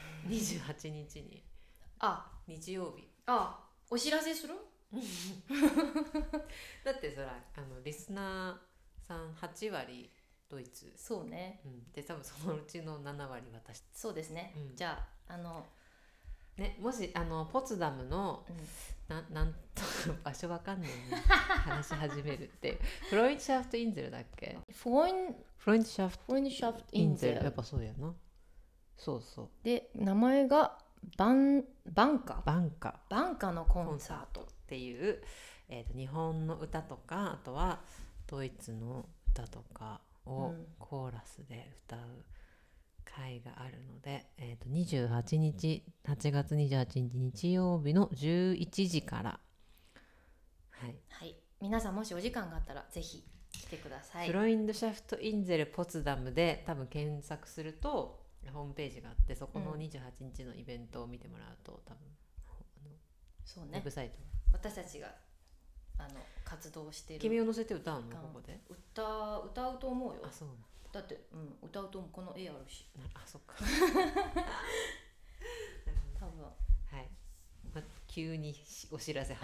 28日に。日曜日。 お知らせする？ だってそらリスナーさん8割ドイツ。 そうね。 で多分そのうちの7割私。 そうですね。じゃあね、もしポツダムの、なんと場所わかんないね話し始めるってフロインシャフトインゼルだっけ？フロインシャフトインゼルやっぱそうやな。そうで名前がバンカのコンサートっていう、日本の歌とかあとはドイツの歌とかをコーラスで歌う会があるので、8月28日日曜日の11時からはい、 皆さんもしお時間があったらぜひ来てください。 フロインドシャフトインゼルポツダムで多分検索するとホームページがあって、そこの28日のイベントを見てもらうと多分そうね、 ウェブサイト私たちが活動してる。 君を乗せて歌うのここで歌うと思うよ。 あ、そうだって歌うと思う。この絵あるし。 あ、そっか多分はい、急にお知らせ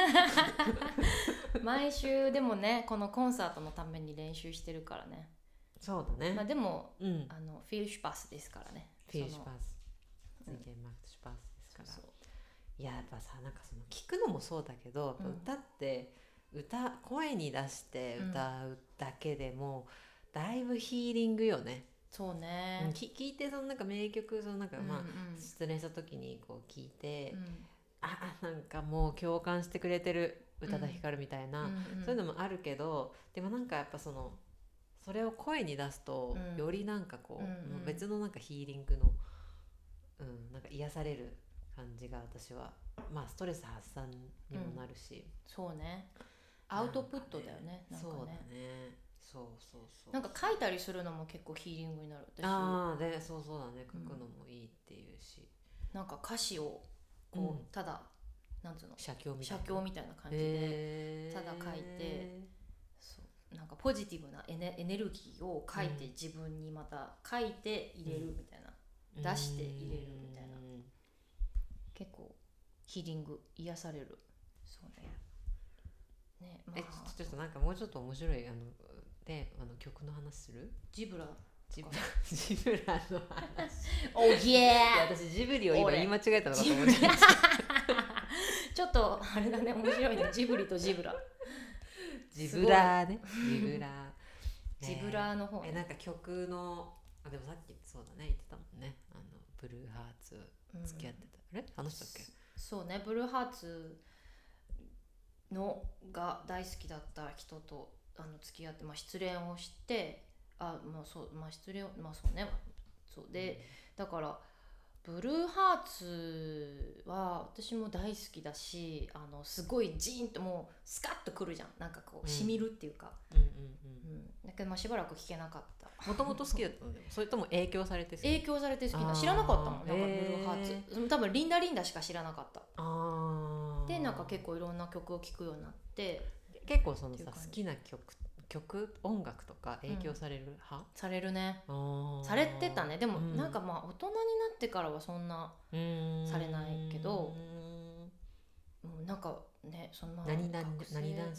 毎週でもねこのコンサートのために練習してるからね。 そうだね。 でも、フィルシュパスですからね。 フィルシュパスマクシュパスですから。いややっぱさ、なんかその聞くのもそうだけど、歌って声に出して歌うだけでも、だいぶヒーリングよね。 そうね。 聞いてそのなんか名曲失恋した時にこう聞いて、なんかもう共感してくれてる宇多田ヒカルみたいな、そういうのもあるけど、でもなんかやっぱそれを声に出すと、よりなんかこう、別のなんかヒーリングの、なんか癒される感じが私はストレス発散にもなるし、 そうね、アウトプットだよね。なんかね、 そうだね。そうなんか書いたりするのも結構ヒーリングになる。 でそうだね、書くのもいいっていうし、 なんか歌詞をこう、ただなんつうの、 写経みたいな感じでただ書いて、なんかポジティブなエネルギーを書いて、自分にまた書いて入れるみたいな、出して入れるみたいな、結構ヒーリング、癒される。そうね。 ちょっとなんかもうちょっと面白い曲の話する？ ジブラの話。 おいえ。 私ジブリを今言い間違えたのかと思っちゃった。 ちょっとあれだね、面白いね。ジブリとジブラ。 ジブラね。ジブラ。 ジブラの方、ね。 なんか曲のでもさっきそうだね言ってたもんね。ブルーハーツ付き合ってた。あれ話したっけ？ そうね、ブルーハーツのが大好きだった人と付き合って、失恋をして、失恋、そうね、そうで、だからブルーハーツは私も大好きだし、すごいジーンともうスカッとくるじゃん、なんかこうしみるっていうか、だけどしばらく聴けなかった。 もともと好きだったのでもそれとも影響されて好き？ 影響されて好きな、知らなかったもん、なんかブルーハーツ、多分リンダリンダしか知らなかった。でなんか結構いろんな曲を聴くようになって、 結構そのさ好きな曲音楽とか影響される派？ されるね。されてたね。でもなんか大人になってからはそんなされないけど、なんかね、そんな何男子が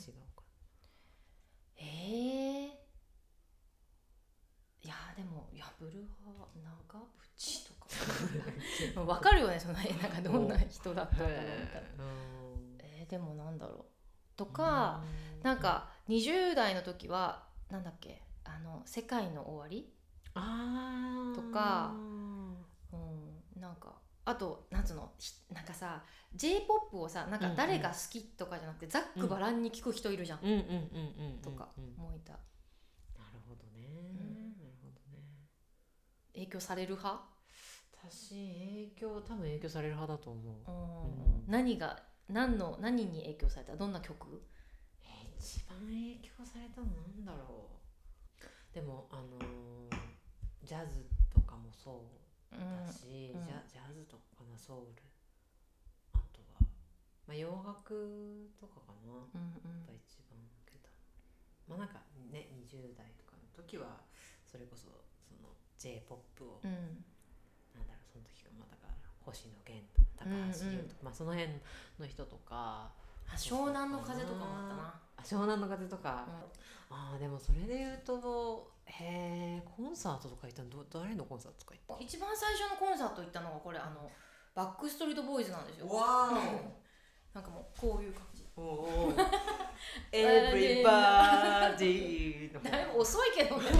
いやでもブルーハー長渕とかわかるよね、そのなんかどんな人だったんだろうみたいな。でもなんだろうとか、なんか20代の時はなんだっけ、世界の終わりとか、なんかあとなんつうの、なんかさ J-POP をさ、なんか誰が好きとかじゃなくて、ざっくばらんに聞く人いるじゃん、とかもいた。 なるほどね、なるほどね。 影響される派？ 私多分影響される派だと思う。 何に影響された？どんな曲？ 一番影響されたのなんだろう。でもジャズとかもそうだし、ジャズとかな、ソウル、あとは、洋楽とかかな、やっぱ一番受けた。なんかね、20代とかの時はそれこそその J-POP を、なんだろう、その時がだから星野源とか高橋優とか、その辺の人とか、 湘南の風とかもあったな。 湘南の風とか、でもそれで言うとコンサートとか行ったの誰のコンサートとか行った？ 一番最初のコンサート行ったのがこれ、バックストリートボーイズなんですよ。 わーなんかもうこういう感じ。 Everybody だいぶ遅いけどね。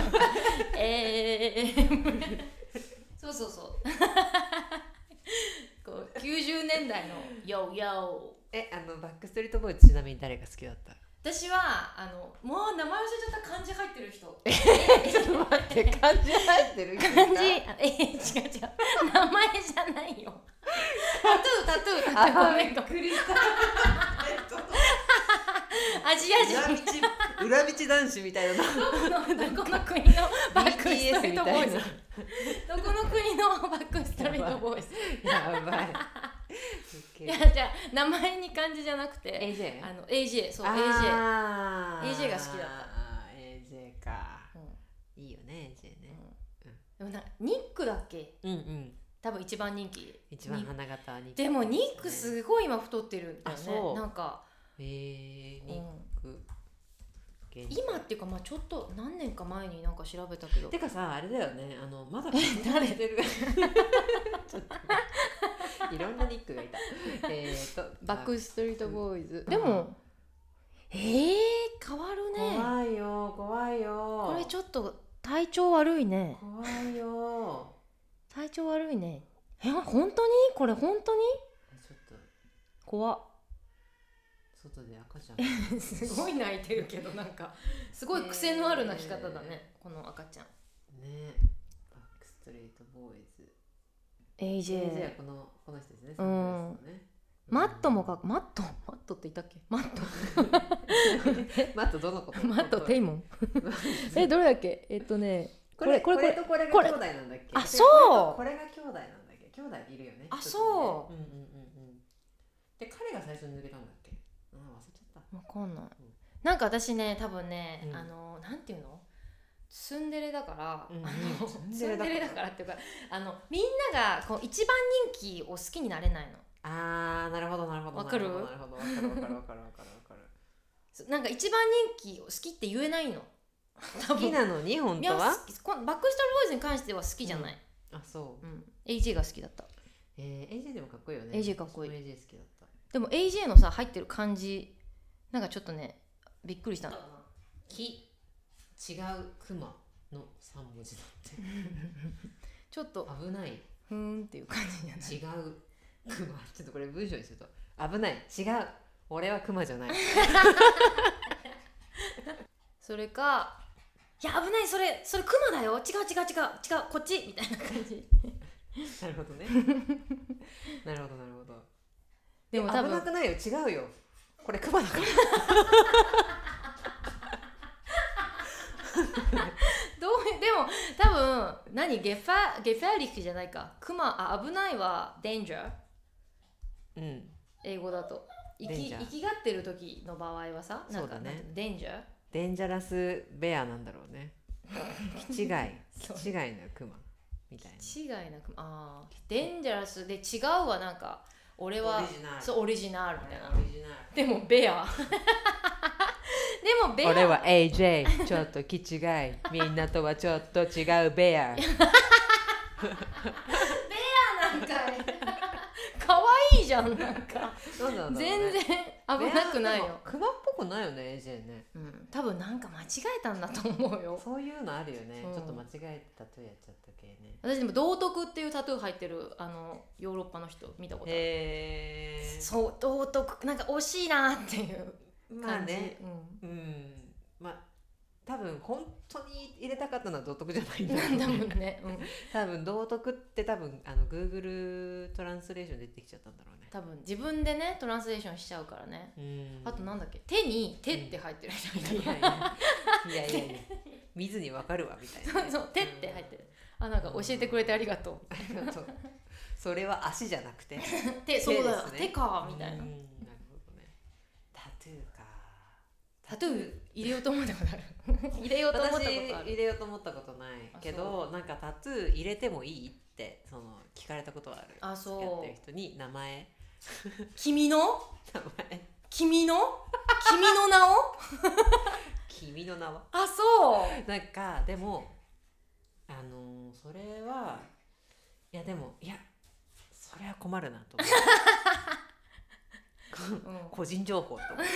そうそうそう。こう90年代のヨーヨー。 バックストリートボーイズちなみに誰が好きだった？ 私はもう名前忘れちゃった。漢字入ってる人。 ちょっと待って、漢字入ってる人？ 漢字違う名前じゃないよ。タトゥーごめん、びっくりした。アジア人裏道男子みたいな。 どこの国のバックストリートボーイズ。どこの国のバックストリートボーイズ。 やばい。 いや、じゃあ名前に漢字じゃなくて AJ、そう AJ が好きだった。 AJ か、いいよね AJ ね。 でもニックだっけ？多分一番人気、 一番花形に。 でもニックすごい今太ってるんだよね。なんかニック今っていうか、ちょっと何年か前になんか調べたけど。 てかさ、あれだよね、まだ誰してるちょっといろんなニックがいた。 バックストリートボーイズ。でも変わるね。 怖いよ怖いよ。 これちょっと体調悪いね。 怖いよ。 体調悪いね。本当に？これ本当に？ ちょっと怖っ。 外で赤ちゃんすごい泣いてるけど、なんかすごい癖のある泣き方だね、この赤ちゃんね。バックストリートボーイズ AJ はこの人ですね。 マットもマットって言ったっけ？マットマットどのこと？ マットテイモンどれだっけ？ これとこれが兄弟なんだっけ？ あ、そう。 これが兄弟なんだっけ？兄弟いるよね。 あ、そう。 で、彼が最初に抜けたんだっけ？忘れちゃった。 わかんない。なんか私ね、多分ね、なんていうの？ツンデレだから、ツンデレだからっていうか、みんながこう一番人気を好きになれないの。 なるほどなるほど。 わかる？ わかる。 なんか一番人気を好きって言えないの。 好きなのに本当は？ バックストリートボーイズに関しては好きじゃない。 あ、そう。 AJ が好きだった。 AJ でもかっこいいよね。 AJ かっこいい。 AJ 好きだった。 でも AJ のさ入ってる感じなんかちょっとねびっくりしたの。 木違う熊の3文字だってちょっと危ないふーんっていう感じじゃない。 違う熊ちょっとこれ文章にすると危ない違う俺は熊じゃないそれかいや危ないそれ熊だよ違うこっちみたいな感じなるほどねなるほどでも多分危なくないよ違うよこれ熊だからでも多分ゲファリックじゃないか熊危ないは danger、うん、英語だと生きがってる時の場合はさなんか、ね、 デンジャラスベアなんだろうね気違いな熊みたいな気違いな熊デンジャラスで違うはなんか俺はオリジナルみたいなでもベア俺は AJ ちょっと気違いみんなとはちょっと違うベアベアなんかいかわいいじゃんなんか全然危なくないよ。 熊っぽくないよね AJ ね、 うん、多分なんか間違えたんだと思うよ。 そういうのあるよね、ちょっと間違えてタトゥーやっちゃった系ね。 私でも道徳っていうタトゥー入ってるヨーロッパの人見たことある。そう道徳なんか惜しいなっていう感じ。 まあね、まあ多分本当に入れたかったのは道徳じゃないんだろうね。 だもんね、 多分道徳ってGoogle トランスレーション出てきちゃったんだろうね。 多分自分でねトランスレーションしちゃうからね。あとなんだっけ手に手って入ってる人いた、いや見ずにわかるわみたいな、 そう手って入ってる。なんか教えてくれてありがとう。 それは足じゃなくて手そうだよ、手かみたいな。 なるほどね。タトゥーか。 タトゥー入れようと思ったことある入れようと思ったことある。 私入れようと思ったことないけど、なんかタトゥー入れてもいいって聞かれたことはある。 あ、そう。 やってる人に名前君の名前君の名を君の名はあ、そうなんかでもそれはいやでもいやそれは困るなと思う個人情報と思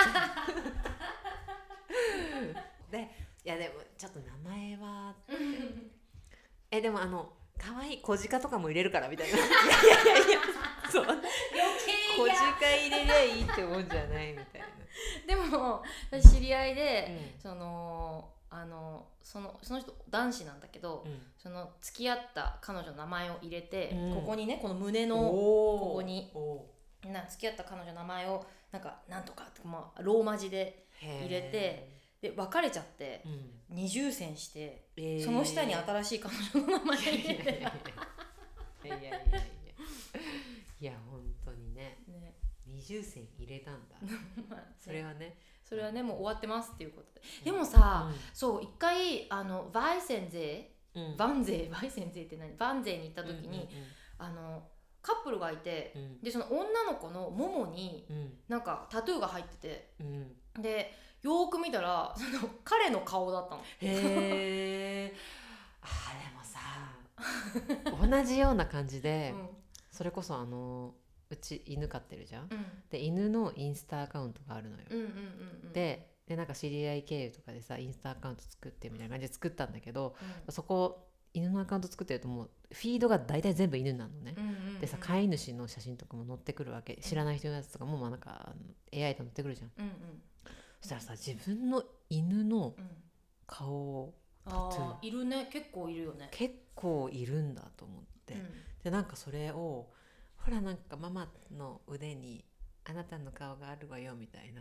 ってでいやでもちょっと名前はでも可愛い小鹿とかも入れるからみたいないやそう小鹿入れりゃいいってもんじゃないみたいな。 でも知り合いで、その人男子なんだけど、その付き合った彼女の名前を入れて、ここにねこの胸のここに付き合った彼女の名前をなんとかって、ローマ字で入れてで別れちゃって、二重線して、その下に新しい彼女の名前入れていや本当にね二重線入れたんだそれはねもう終わってますっていうことで、でもさ、そう一回バイセンゼー、バンゼーって何、バンゼーに行った時に、カップルがいて、でその女の子のももになんかタトゥーが入ってて、でよーく見たら彼の顔だったの。 へえ。でもさ同じような感じで、それこそうち犬飼ってるじゃん、で犬のインスタアカウントがあるのよ、でなんか知り合い経由とかでさインスタアカウント作ってみたいな感じで作ったんだけど、そこ犬のアカウント作ってるともうフィードが大体全部犬なのね、でさ飼い主の写真とかも載ってくるわけ、知らない人のやつとかもなんか AI で載ってくるじゃん、そしたらさ自分の犬の顔をタトゥー、 いるね、結構いるよね、 結構いるんだと思って、でなんかそれをほらなんかママの腕にあなたの顔があるわよみたいな、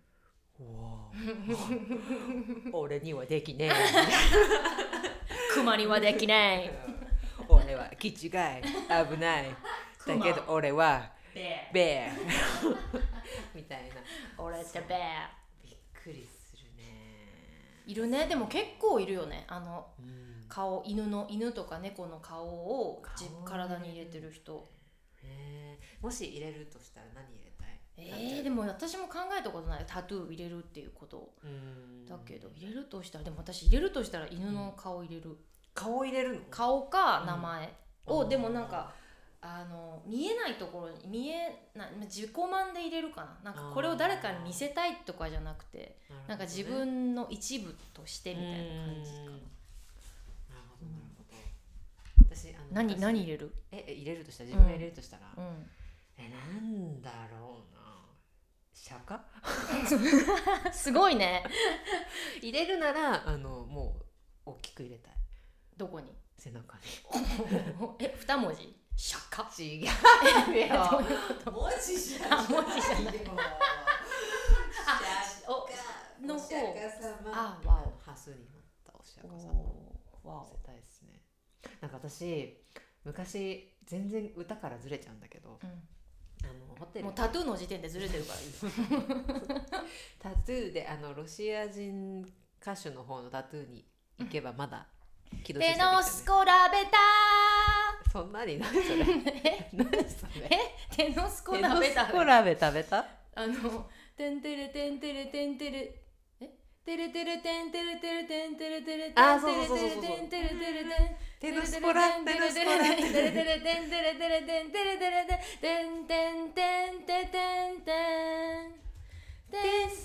俺にはできねえクマにはできねえ俺は気違い危ないだけど俺はベアみたいな、 俺ってベア、 びっくりするね。 いるね。でも結構いるよね、顔、犬とか猫の顔を体に入れてる人。 もし入れるとしたら何入れたい？ でも私も考えたことない、タトゥー入れるっていうことだけど、入れるとしたら、でも私入れるとしたら犬の顔入れる、 顔入れるの？ 顔か名前を、でもなんか見えないところに自己満で入れるかな。なんかこれを誰かに見せたいとかじゃなくて、なんか自分の一部としてみたいな感じかな。なるほどなるほど。私何入れる？ 入れるとしたら自分が入れるとしたら、なんだろうな。釈迦？ すごいね。 入れるならもう大きく入れたい。 どこに？ 背中に。 2文字？釈迦？ 違うよ。文字じゃない。 文字じゃない。の方。 わお。ハスになったお釈迦様を載せたいですね。なんか私昔全然歌からずれちゃうんだけど、ホテルもうタトゥーの時点でずれてるからいい。 タトゥーでロシア人歌手の方のタトゥーに行けばまだテノスコラベター。そんなに何それ？何それ？ テノスコラベタ。 テノスコラベ食べた？ テンテレテンテレテンテレテレテレテンテレテレテンテレテレテンテレテレテンテレテレテンテノスコラテノスコラテレテレテンテレテレテンテレテレテンテンテンテンテテンテンテンテンテ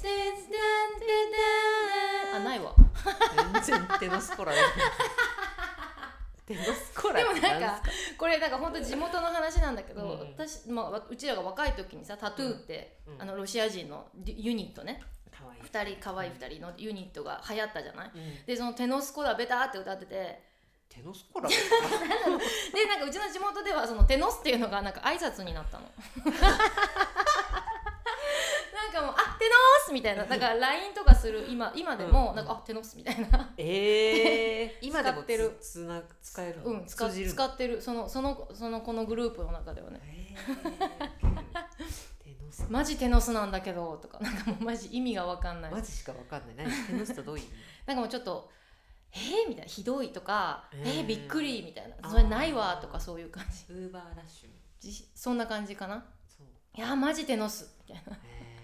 ン。 あ、ないわ。 全然テノスコラテノスコラでもなんかこれなんか本当地元の話なんだけど、私うちらが若い時にさ、タトゥーってロシア人のユニットね、可愛い2人のユニットが流行ったじゃない。でそのテノスコラベターって歌ってて、 テノスコラベタでなんかうちの地元ではそのテノスっていうのがなんか挨拶になったの。なんかもうテノースみたいな、だから LINE とかする今でもなんかテノースみたいな。 今でも使える。 使ってる。そのこのグループの中ではね。マジテノスなんだけどとか、なんかもうマジ意味が分かんない。 マジしか分かんない。何テノスとどういう意味？ なんかもうちょっとみたいな、ひどいとかびっくりみたいな、それないわとか、そういう感じ。 ウーバーラッシュ。 そんな感じかな。いやマジテノスみたいな。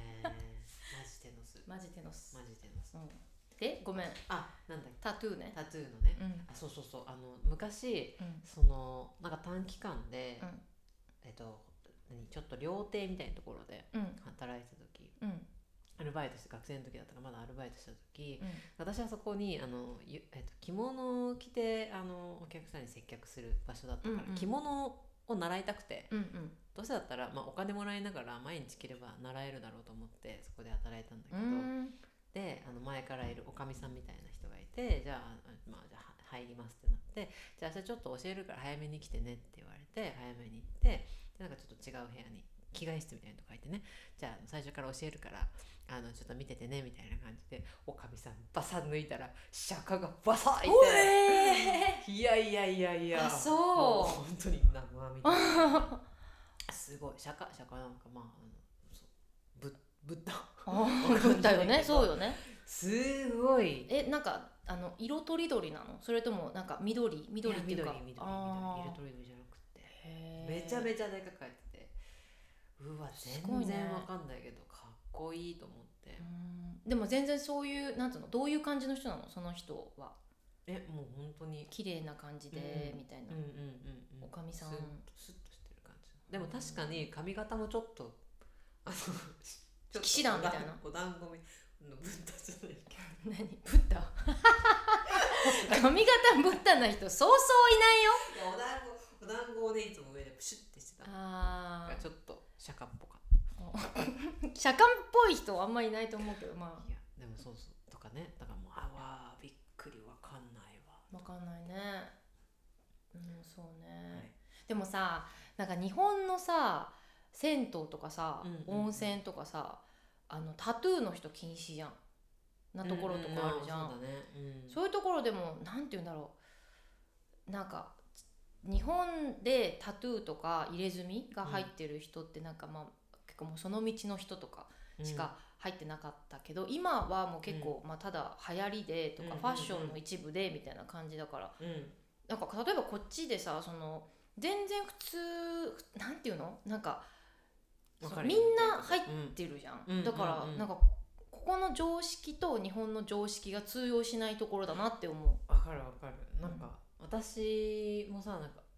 マジテノス。でごめん。 なんだっけ。 タトゥーね。 タトゥーのね。そう昔なんか短期間でちょっと料亭みたいなところで働いてた時、アルバイトして、学生の時だったからまだアルバイトした時、私はそこに着物を着てお客さんに接客する場所だったから、着物を習いたくて、どうせだったら、お金もらいながら毎日着れば習えるだろうと思ってそこで働いたんだけど、で前からいるおかみさんみたいな人がいて、じゃあ入りますってなって、じゃあ明日ちょっと教えるから早めに来てねって言われて、早めに行って、なんかちょっと違う部屋に着替え室みたいなとこ入ってね、じゃあ最初から教えるからちょっと見ててねみたいな感じで、おかみさんバサ抜いたら釈迦がバサいて、いやそう本当に生みたいな。すごい釈迦なんかブッダブッダよね。そうよね。 すごい。 なんか色とりどりなの？それともなんか緑っていうか、 緑じゃなくて、めちゃめちゃでかく書いてて、うわ全然わかんないけどかっこいいと思って。 でも全然そういうなんていうの、どういう感じの人なのその人は？ もう本当に綺麗な感じでみたいな。おかみさんスッとしてる感じ。でも確かに髪型もちょっと騎士団みたいな。 お団子のブッダじゃないけど。 何ブッダ？髪型ブッダな人そうそういないよ。 お団子をね、いつも上でプシュッてしてた。ちょっと釈迦っぽかった。 釈迦っぽい人はあんまりいないと思うけど、いやでもそうとかね。だからもうびっくり、わかんないわ。 わかんないね。そうね。でもさ、なんか日本のさ銭湯とかさ、温泉とかさ、タトゥーの人禁止じゃんなところとかあるじゃん。そういうところでもなんて言うんだろう、なんか日本でタトゥーとか入れ墨が入ってる人ってなんか結構もうその道の人とかしか入ってなかったけど、今はもう結構ただ流行りでとかファッションの一部でみたいな感じだから、なんか例えばこっちでさ、全然普通なんていうの、なんかみんな入ってるじゃん。だからなんかここの常識と日本の常識が通用しないところだなって思う。 わかる。なんか私もさ、なんか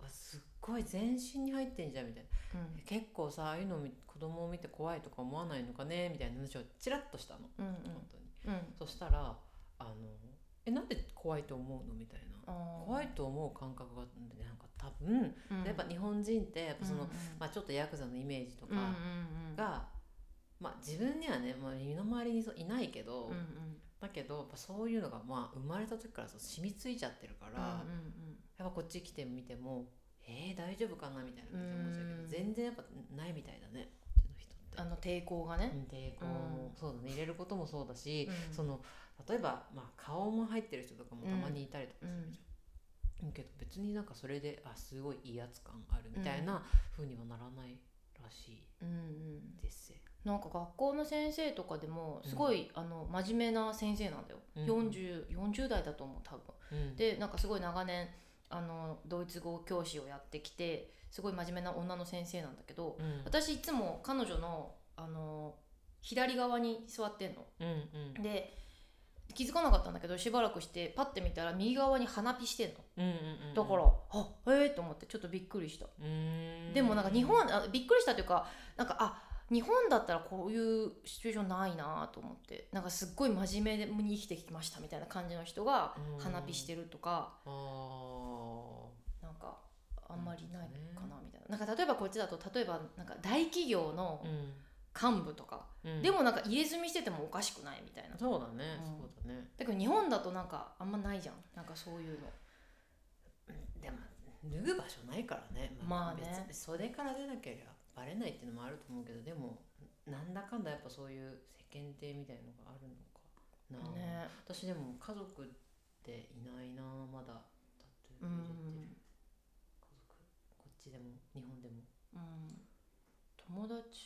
すっごい全身に入ってんじゃんみたいな、結構さああいうの子供を見て怖いとか思わないのかねみたいな話をチラッとしたの、本当に、そしたらなんで怖いと思うのみたいな、怖いと思う感覚がなんか多分、やっぱ日本人ってやっぱその、ちょっとヤクザのイメージとかが、自分にはね、身の回りにいないけど、だけどやっぱそういうのが生まれた時から染みついちゃってるから、やっぱこっち来てみても大丈夫かなみたいな感じで思っちゃうけど、全然やっぱないみたいだね、 人って抵抗がね、 抵抗もそうだね、入れることもそうだし、その例えば、顔も入ってる人とかもたまにいたりとかするじゃん、けど別になんかそれですごい威圧感あるみたいな風にはならないらしいです、 なんか学校の先生とかでもすごい、真面目な先生なんだよ、40代だと思う多分、でなんかすごい長年ドイツ語教師をやってきてすごい真面目な女の先生なんだけど、私いつも彼女の左側に座ってんの、で気づかなかったんだけどしばらくしてパッて見たら右側に鼻ピしてんの、だからと思ってちょっとびっくりした。でもなんか日本びっくりしたというか、なんか日本だったらこういうシチュエーションないなと思って、なんかすっごい真面目に生きてきましたみたいな感じの人が鼻ピしてるとか、なんかあんまりないかなみたいな。なんか例えばこっちだと例えばなんか大企業の幹部とか、でもなんか入れ墨しててもおかしくないみたいな。 そうだね、そうだね。 だけど日本だとなんかあんまないじゃん、なんかそういうの。 でも脱ぐ場所ないからね。 ね。 別に袖から出なきゃバレないっていうのもあると思うけど、でもなんだかんだやっぱそういう世間体みたいなのがあるのかな、ね、私でも家族っていないな、まだタトゥー入れてる、家族こっちでも日本でも、 友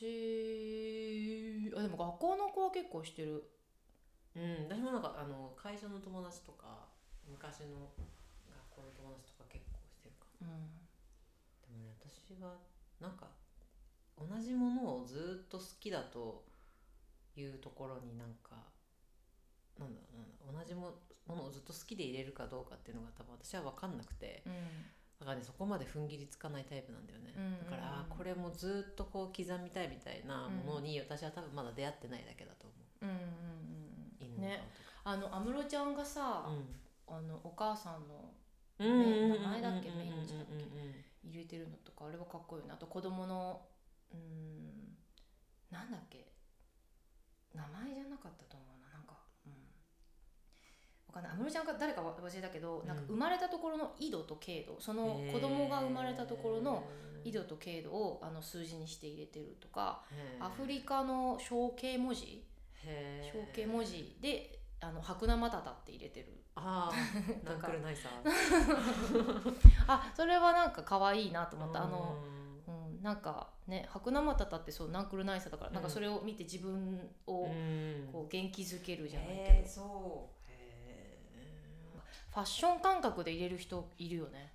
達でも学校の子は結構してる。 私もなんか会社の友達とか昔の学校の友達とか結構してるかも、でもね、私はなんか同じものをずっと好きだというところになんか同じものをずっと好きで入れるかどうかっていうのが多分私は分かんなくて、だからね、そこまで踏ん切りつかないタイプなんだよね、だからこれもずっとこう刻みたいみたいなものに私は多分まだ出会ってないだけだと思う。犬の顔とか、 安室ちゃんがさ、お母さんの名前だっけ、メインだっけ、入れてるのとかあれはかっこいいな。あと子供のなんだっけ、名前じゃなかったと思うな、なんかわかんない、安室ちゃんが誰か忘れたけど、なんか生まれたところの緯度と経度、その子供が生まれたところの緯度と経度を数字にして入れてるとか、アフリカの象形文字でハナマタタって入れてる。 ナンクルナイサーそれはなんか可愛いなと思った。なんかね、ハナマタタってそうナンクルナイサーだから、なんかそれを見て自分をこう元気づけるじゃないけど、ファッション感覚で入れる人いるよね。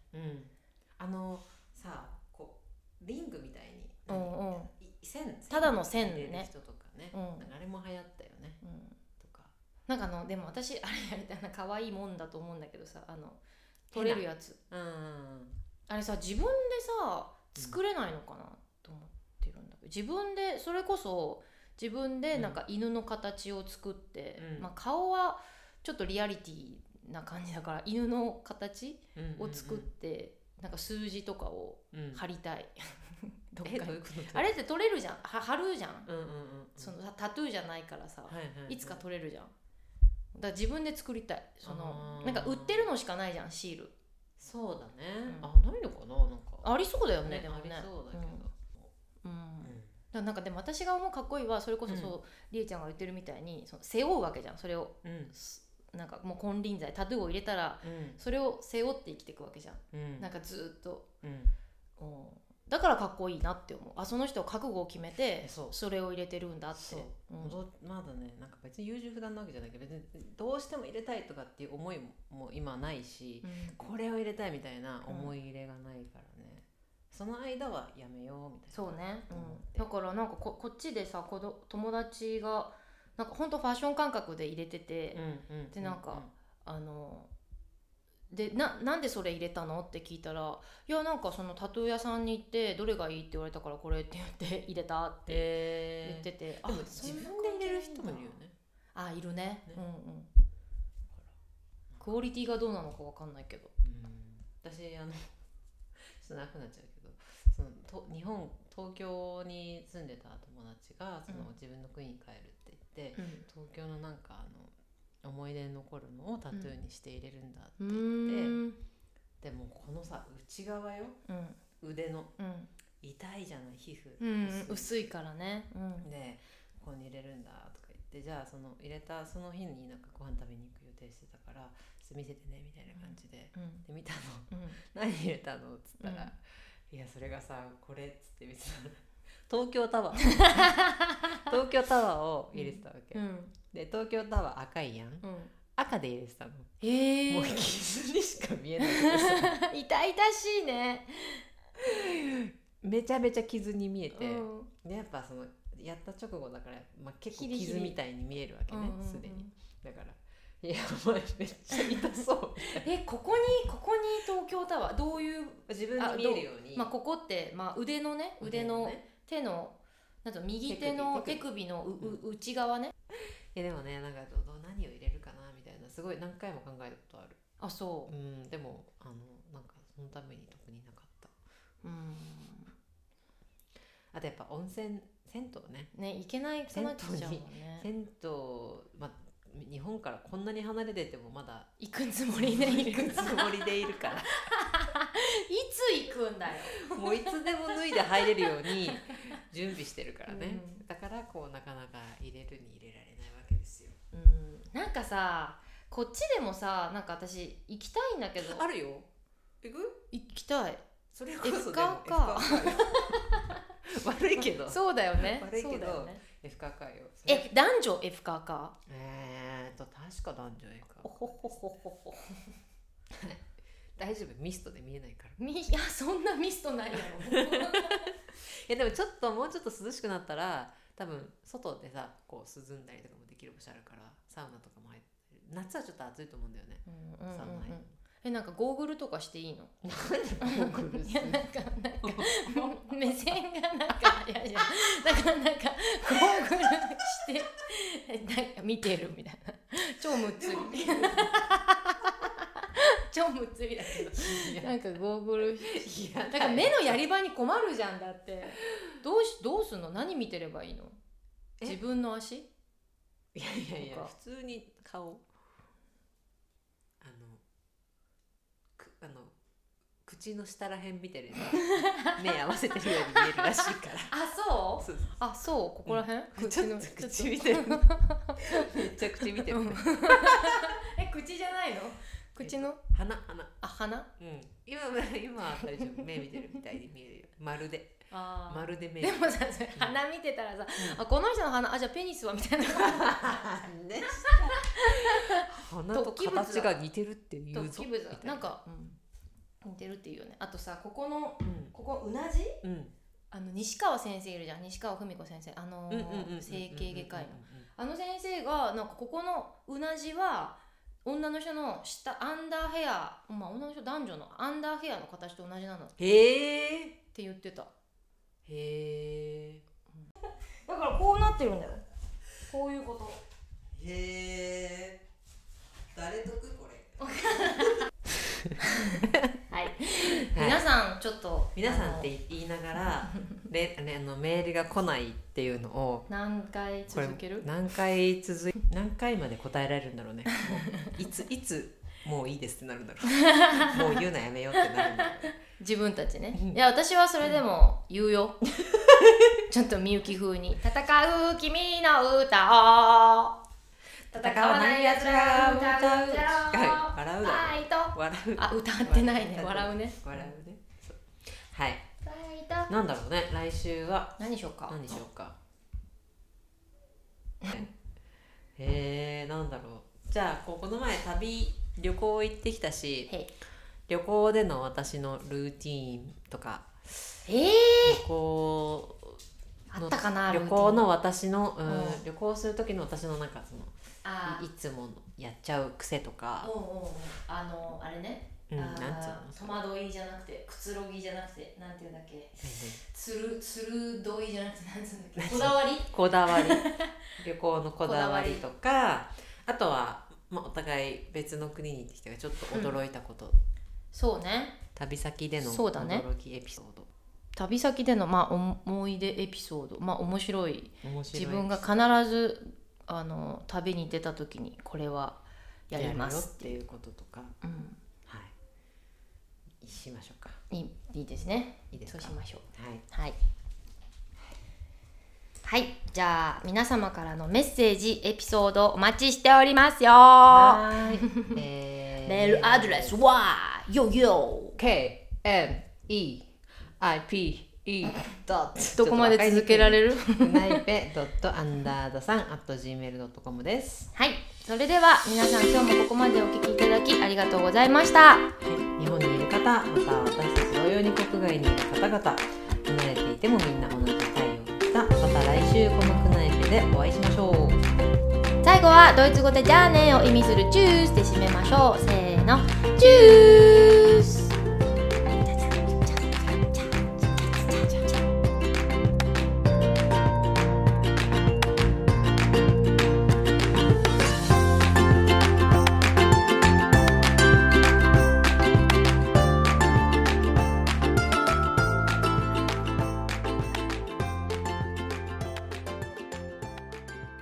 さ、こうリングみたいに線ただの線ね、 入れる人とかね、あれも流行ったよね、とか。 なんかでも私あれやりたいな、可愛いもんだと思うんだけどさ、取れるやつ、あれさ自分でさ作れないのかなと思ってるんだけど、自分でそれこそ自分でなんか犬の形を作って、顔はちょっとリアリティな感じだから犬の形を作って、なんか数字とかを貼りたい、どっかにあれって取れるじゃん、貼るじゃん、そのタトゥーじゃないからさ、いつか取れるじゃん。だから自分で作りたい。なんか売ってるのしかないじゃん、シール。 そうだね、ないのかな、なんかありそうだよね、でもね。 ありそうだけど、なんかでも私が思うかっこいいは、それこそそう、りえちゃんが言ってるみたいに背負うわけじゃん、それを、なんかもう金輪際タトゥーを入れたら、それを背負って生きていくわけじゃん、なんかずっと、だからかっこいいなって思う。その人は覚悟を決めてそれを入れてるんだって。 まだね、なんか別に優柔不断なわけじゃないけど、別にどうしても入れたいとかっていう思いも今ないし、これを入れたいみたいな思い入れがないからね、その間はやめようみたいな。 そうね、だからなんかこっちでさ、友達がなんかほんとファッション感覚で入れてて、でなんかでなんでそれ入れたのって聞いたら、いやなんかそのタトゥー屋さんに行ってどれがいいって言われたからこれって言って入れたって言ってて、 でも自分で入れる人もいるよね。 いるね。クオリティがどうなのか分かんないけど、 私ちょっとなくなっちゃうけど、東京に住んでた友達が自分の国に帰るって言って、東京のなんか思い出に残るのをタトゥーにして入れるんだって言って、でもこのさ内側よ、腕の、痛いじゃない皮膚、 薄いからね、 でここに入れるんだとか言って、じゃあ入れたその日になんかご飯食べに行く予定してたから見せてねみたいな感じで、で見たの、何入れたのっつったら、いやそれがさこれっつって見せたら東京タワーを入れてたわけ、で東京タワー赤いやん、赤で入れてたの。もう傷にしか見えない痛々しいね。 めちゃめちゃ傷に見えて、でやっぱやった直後だから、結構傷みたいに見えるわけね、すでに。だからいやお前めっちゃ痛そう。 ここに東京タワーどういう自分に見えるように、 ここって、腕のね、腕の手のなんと右手の手首の内側ね。 いやでもね、なんか何を入れるかなみたいなすごい何回も考えたことある。 あ、そう。 でもなんかそのために特になかった。あとやっぱ温泉銭湯ね行けないくなっちゃうもんね。 銭湯日本からこんなに離れててもまだ行くつもりでいるからいつ行くんだよ。 もういつでも脱いで入れるように準備してるからね、だからなかなか入れるに入れられないわけですよ。 なんかさ、こっちでもさ、なんか私行きたいんだけど。 あるよ。 行きたい。 それこそでも F カーか悪いけどそうだよね。 悪いけど F カーかよ。 男女 F カーか。 確か男女 F カー。大丈夫、ミストで見えないから。 いやそんなミストないやろ。 いやでももうちょっと涼しくなったら多分外でさこう涼んだりとかもできる場所あるから、サウナとかも入ってる。夏はちょっと暑いと思うんだよね、サウナ入る。 なんかゴーグルとかしていいの？ なんでゴーグルする？ いやなんか目線がなんかいやだからなんかゴーグルしてなんか見てるみたいな、超むっつり超むっつりだけど、なんかゴーグルだから目のやり場に困るじゃん。だってどうすんの？何見てればいいの？自分の足？ いや普通に顔、口の下らへん見てる目合わせてるように見えるらしいから。 あそうここらへん、 口見てるめっちゃ口見てる、 口じゃないの？口の鼻今あったでしょ、目見てるみたいに見えるよ。まるで目。 でもさ、鼻見てたらさ、この人の鼻、じゃあペニスはみたいな鼻と形が似てるっていうぞみたいな。 なんか、似てるっていうよね。あとさ、ここうなじ、西川先生いるじゃん。西川文子先生、整形外科医の先生がなんかここのうなじは女の人の下アンダーヘア、女の人男女のアンダーヘアの形と同じなのって言ってた。だからこうなってるんだよ。こういうこと。 誰得これはい、皆さんちょっと皆さんって言いながらメールが来ないっていうのを何回続ける？ 何回まで答えられるんだろうね。いつもういいですってなるんだろう。もう言うのやめようってなるんだろう。 自分たちね。いや私はそれでも言うよ。ちょっとみゆき風に戦う君の歌を戦わないやつらが歌う笑うだろ。 歌ってないね。笑うね。 はい。なんだろうね。来週は何しようか。 なんだろう。じゃあこの前旅行行ってきたし、旅行での私のルーティーンとか、旅行あったかな旅行の私の、旅行する時の私のなんかそのいつもやっちゃう癖とか、 あれね、なんつうの、戸惑いじゃなくてくつろぎじゃなくてなんていうんだっけ、つるどいじゃなくてなんつうんだっけ、こだわり旅行のこだわりとか、あとは、お互い別の国に行ってきてちょっと驚いたこと、 そうね、 旅先での驚きエピソード、 旅先での、思い出エピソード、面白い自分が必ず旅に出た時にこれはやりますっていうこととか、はい、しましょうか。 いいですね。 いいですか。 そうしましょう。 はい、 はい、じゃあ皆様からのメッセージエピソードお待ちしておりますよ。はいメールアドレスは KNEIPE どこまで続けられるくないぺ._@gmail.com です。 はい、それでは皆さん今日もここまでお聞きいただきありがとうございました。 日本にいる方、また私たち同様に国外にいる方々、離れていてもみんな同じ太陽でした。また来週このくないぺでお会いしましょう。 最後はドイツ語でじゃあねを意味するチュースで締めましょう。せーの、チュース。